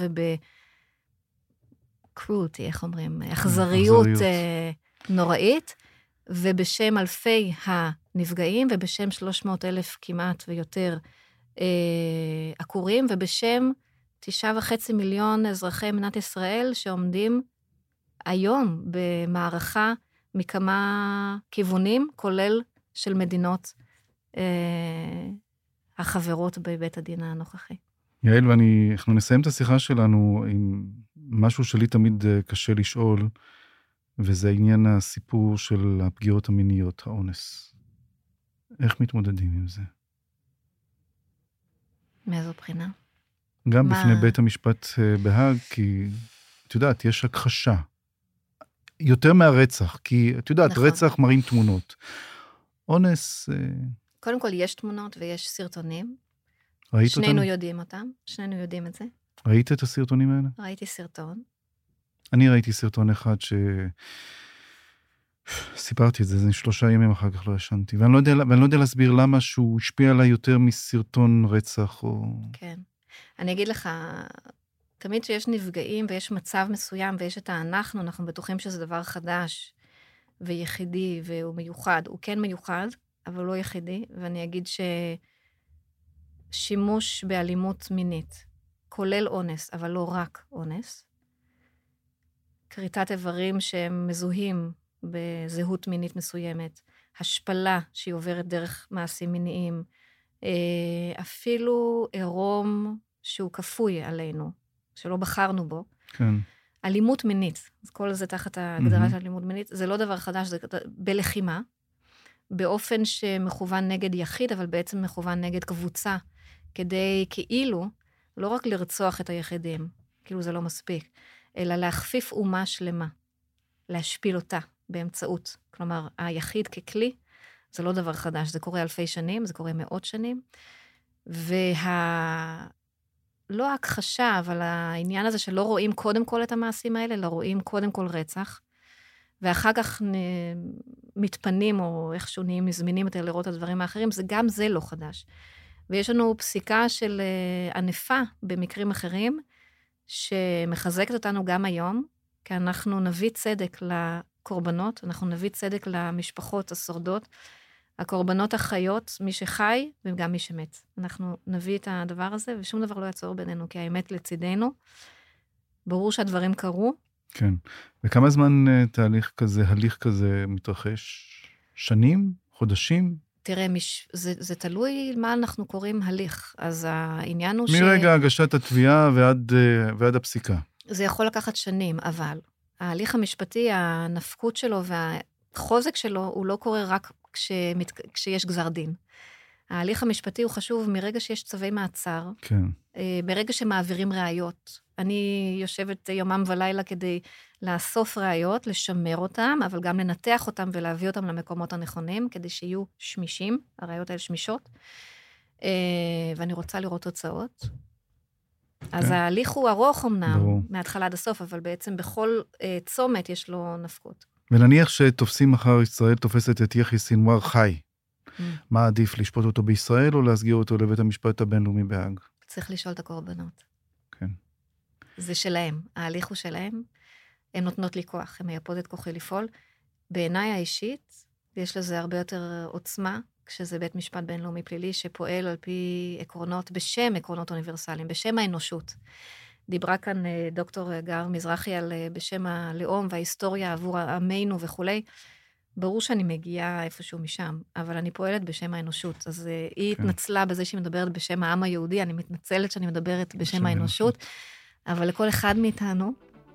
ובקרוטי, איך אומרים, אכזריות נוראית, ובשם אלפי הנפגעים, ובשם שלוש מאות אלף כמעט ויותר עקורים, ובשם תשעה וחצי מיליון אזרחי מדינת ישראל, שעומדים היום במערכה מכמה כיוונים, כולל של מדינות החברות בבית הדין הנוכחי. יעל, ואני, אנחנו נסיים את השיחה שלנו עם משהו שלי תמיד קשה לשאול, וזה עניין הסיפור של הפגיעות המיניות, האונס. איך מתמודדים עם זה? מאיזו בחינה? גם מה... בפני בית המשפט בהאג, כי את יודעת, יש הכחשה. יותר מהרצח, כי את יודעת, נכון. רצח מראים תמונות. אונס... קודם כל, יש תמונות ויש סרטונים. ראית שנינו אותם? יודעים אותם, שנינו יודעים את זה. ראית את הסרטונים האלה? ראיתי סרטון. אני ראיתי סרטון אחד ש... סיפרתי את זה, זה שלושה ימים אחר כך לא ישנתי, ואני לא יודע, ואני לא יודע להסביר למה שהוא השפיע עליי יותר מסרטון רצח או... כן. אני אגיד לך, תמיד שיש נפגעים ויש מצב מסוים ויש את האנחנו, אנחנו בטוחים שזה דבר חדש ויחידי והוא מיוחד. הוא כן מיוחד, אבל לא יחידי, ואני אגיד ששימוש באלימות מינית, כולל אונס, אבל לא רק אונס, כריתת איברים שהם מזוהים בזהות מינית מסוימת, השפלה שהיא עוברת דרך מעשים מיניים, אפילו עירום שהוא כפוי עלינו, שלא בחרנו בו, כן. אלימות מינית, אז כל זה תחת ההגדרה mm-hmm. של אלימות מינית, זה לא דבר חדש, זה בלחימה, באופן שמכוון נגד יחיד, אבל בעצם מכוון נגד קבוצה, כדי כאילו, לא רק לרצוח את היחידים, כאילו זה לא מספיק, אלא להכפיף אומה שלמה, להשפיל אותה באמצעות. כלומר, היחיד ככלי, זה לא דבר חדש, זה קורה אלפי שנים, זה קורה מאות שנים, וה... לא הכחשה, אבל העניין הזה שלא רואים קודם כל את המעשים האלה, אלא רואים קודם כל רצח, ואחר כך מתפנים, או איכשהו נהיים מזמינים יותר לראות את הדברים האחרים, זה גם זה לא חדש. ויש לנו פסיקה של ענפה במקרים אחרים, שמחזקת אותנו גם היום, כי אנחנו נביא צדק לקורבנות, אנחנו נביא צדק למשפחות השורדות, הקורבנות החיות, מי שחי וגם מי שמת. אנחנו נביא את הדבר הזה, ושום דבר לא יעצור בינינו, כי האמת לצידנו. ברור שהדברים קרו. כן. וכמה זמן תהליך כזה, הליך כזה מתרחש? שנים? חודשים? תראה, מש... זה, זה תלוי מה אנחנו קוראים הליך. אז העניין הוא מרגע ש... מרגע הגשת התביעה ועד, ועד הפסיקה. זה יכול לקחת שנים, אבל ההליך המשפטי, הנפקות שלו והחוזק שלו, הוא לא קורה רק כשמת... כשיש גזר דין. ההליך המשפטי הוא חשוב מרגע שיש צווי מעצר, כן. ברגע שמעבירים ראיות. אני יושבת יומם ולילה כדי לאסוף ראיות, לשמר אותם, אבל גם לנתח אותם ולהביא אותם למקומות הנכונים, כדי שיהיו שמישים, הראיות האלה שמישות, ואני רוצה לראות תוצאות. אז ההליך הוא ארוך אמנם, מההתחלה עד הסוף, אבל בעצם בכל צומת יש לו נפקות. ונניח שתופסים מחר ישראל, תופסת את יחיא סינואר חי. מה עדיף, לשפוט אותו בישראל או להסגיר אותו לבית המשפט הבינלאומי בהאג? צריך לשאול את הקורבנות. כן. זה שלהם, ההליך הוא שלהם, הן נותנות לי כוח, הן מייפות את כוחי לפעול. בעיניי האישית, יש לזה הרבה יותר עוצמה, כשזה בית משפט בינלאומי פלילי, שפועל על פי עקרונות, בשם עקרונות אוניברסליים, בשם האנושות. דיברה כאן דוקטור גר מזרחי על בשם הלאום וההיסטוריה עבור עמנו וכולי. ברור שאני מגיעה איפשהו משם, אבל אני פועלת בשם האנושות. אז היא התנצלה בזה שהיא מדברת בשם העם היהודי, אני מתנצלת שאני מדברת בשם האנושות, אבל לכל אחד מאיתנו...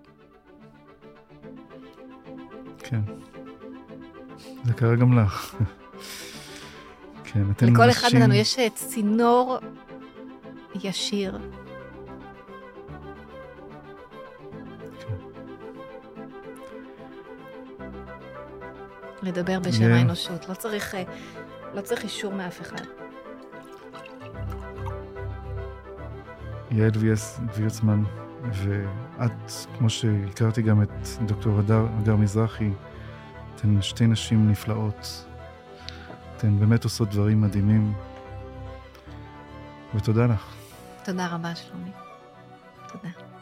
כן. זה קרה גם לך. כן, אתם לכל נשים... אחד מאיתנו יש צינור ישיר. לדבר בשם yeah. האנושות. לא צריך, לא צריך אישור מאף אחד. יעל וירצמן, ואת, כמו שהכרתי גם את דוקטור הגר מזרחי, אתן שתי נשים נפלאות. אתן באמת עושות דברים מדהימים. ותודה לך. תודה רבה, שלומי. תודה.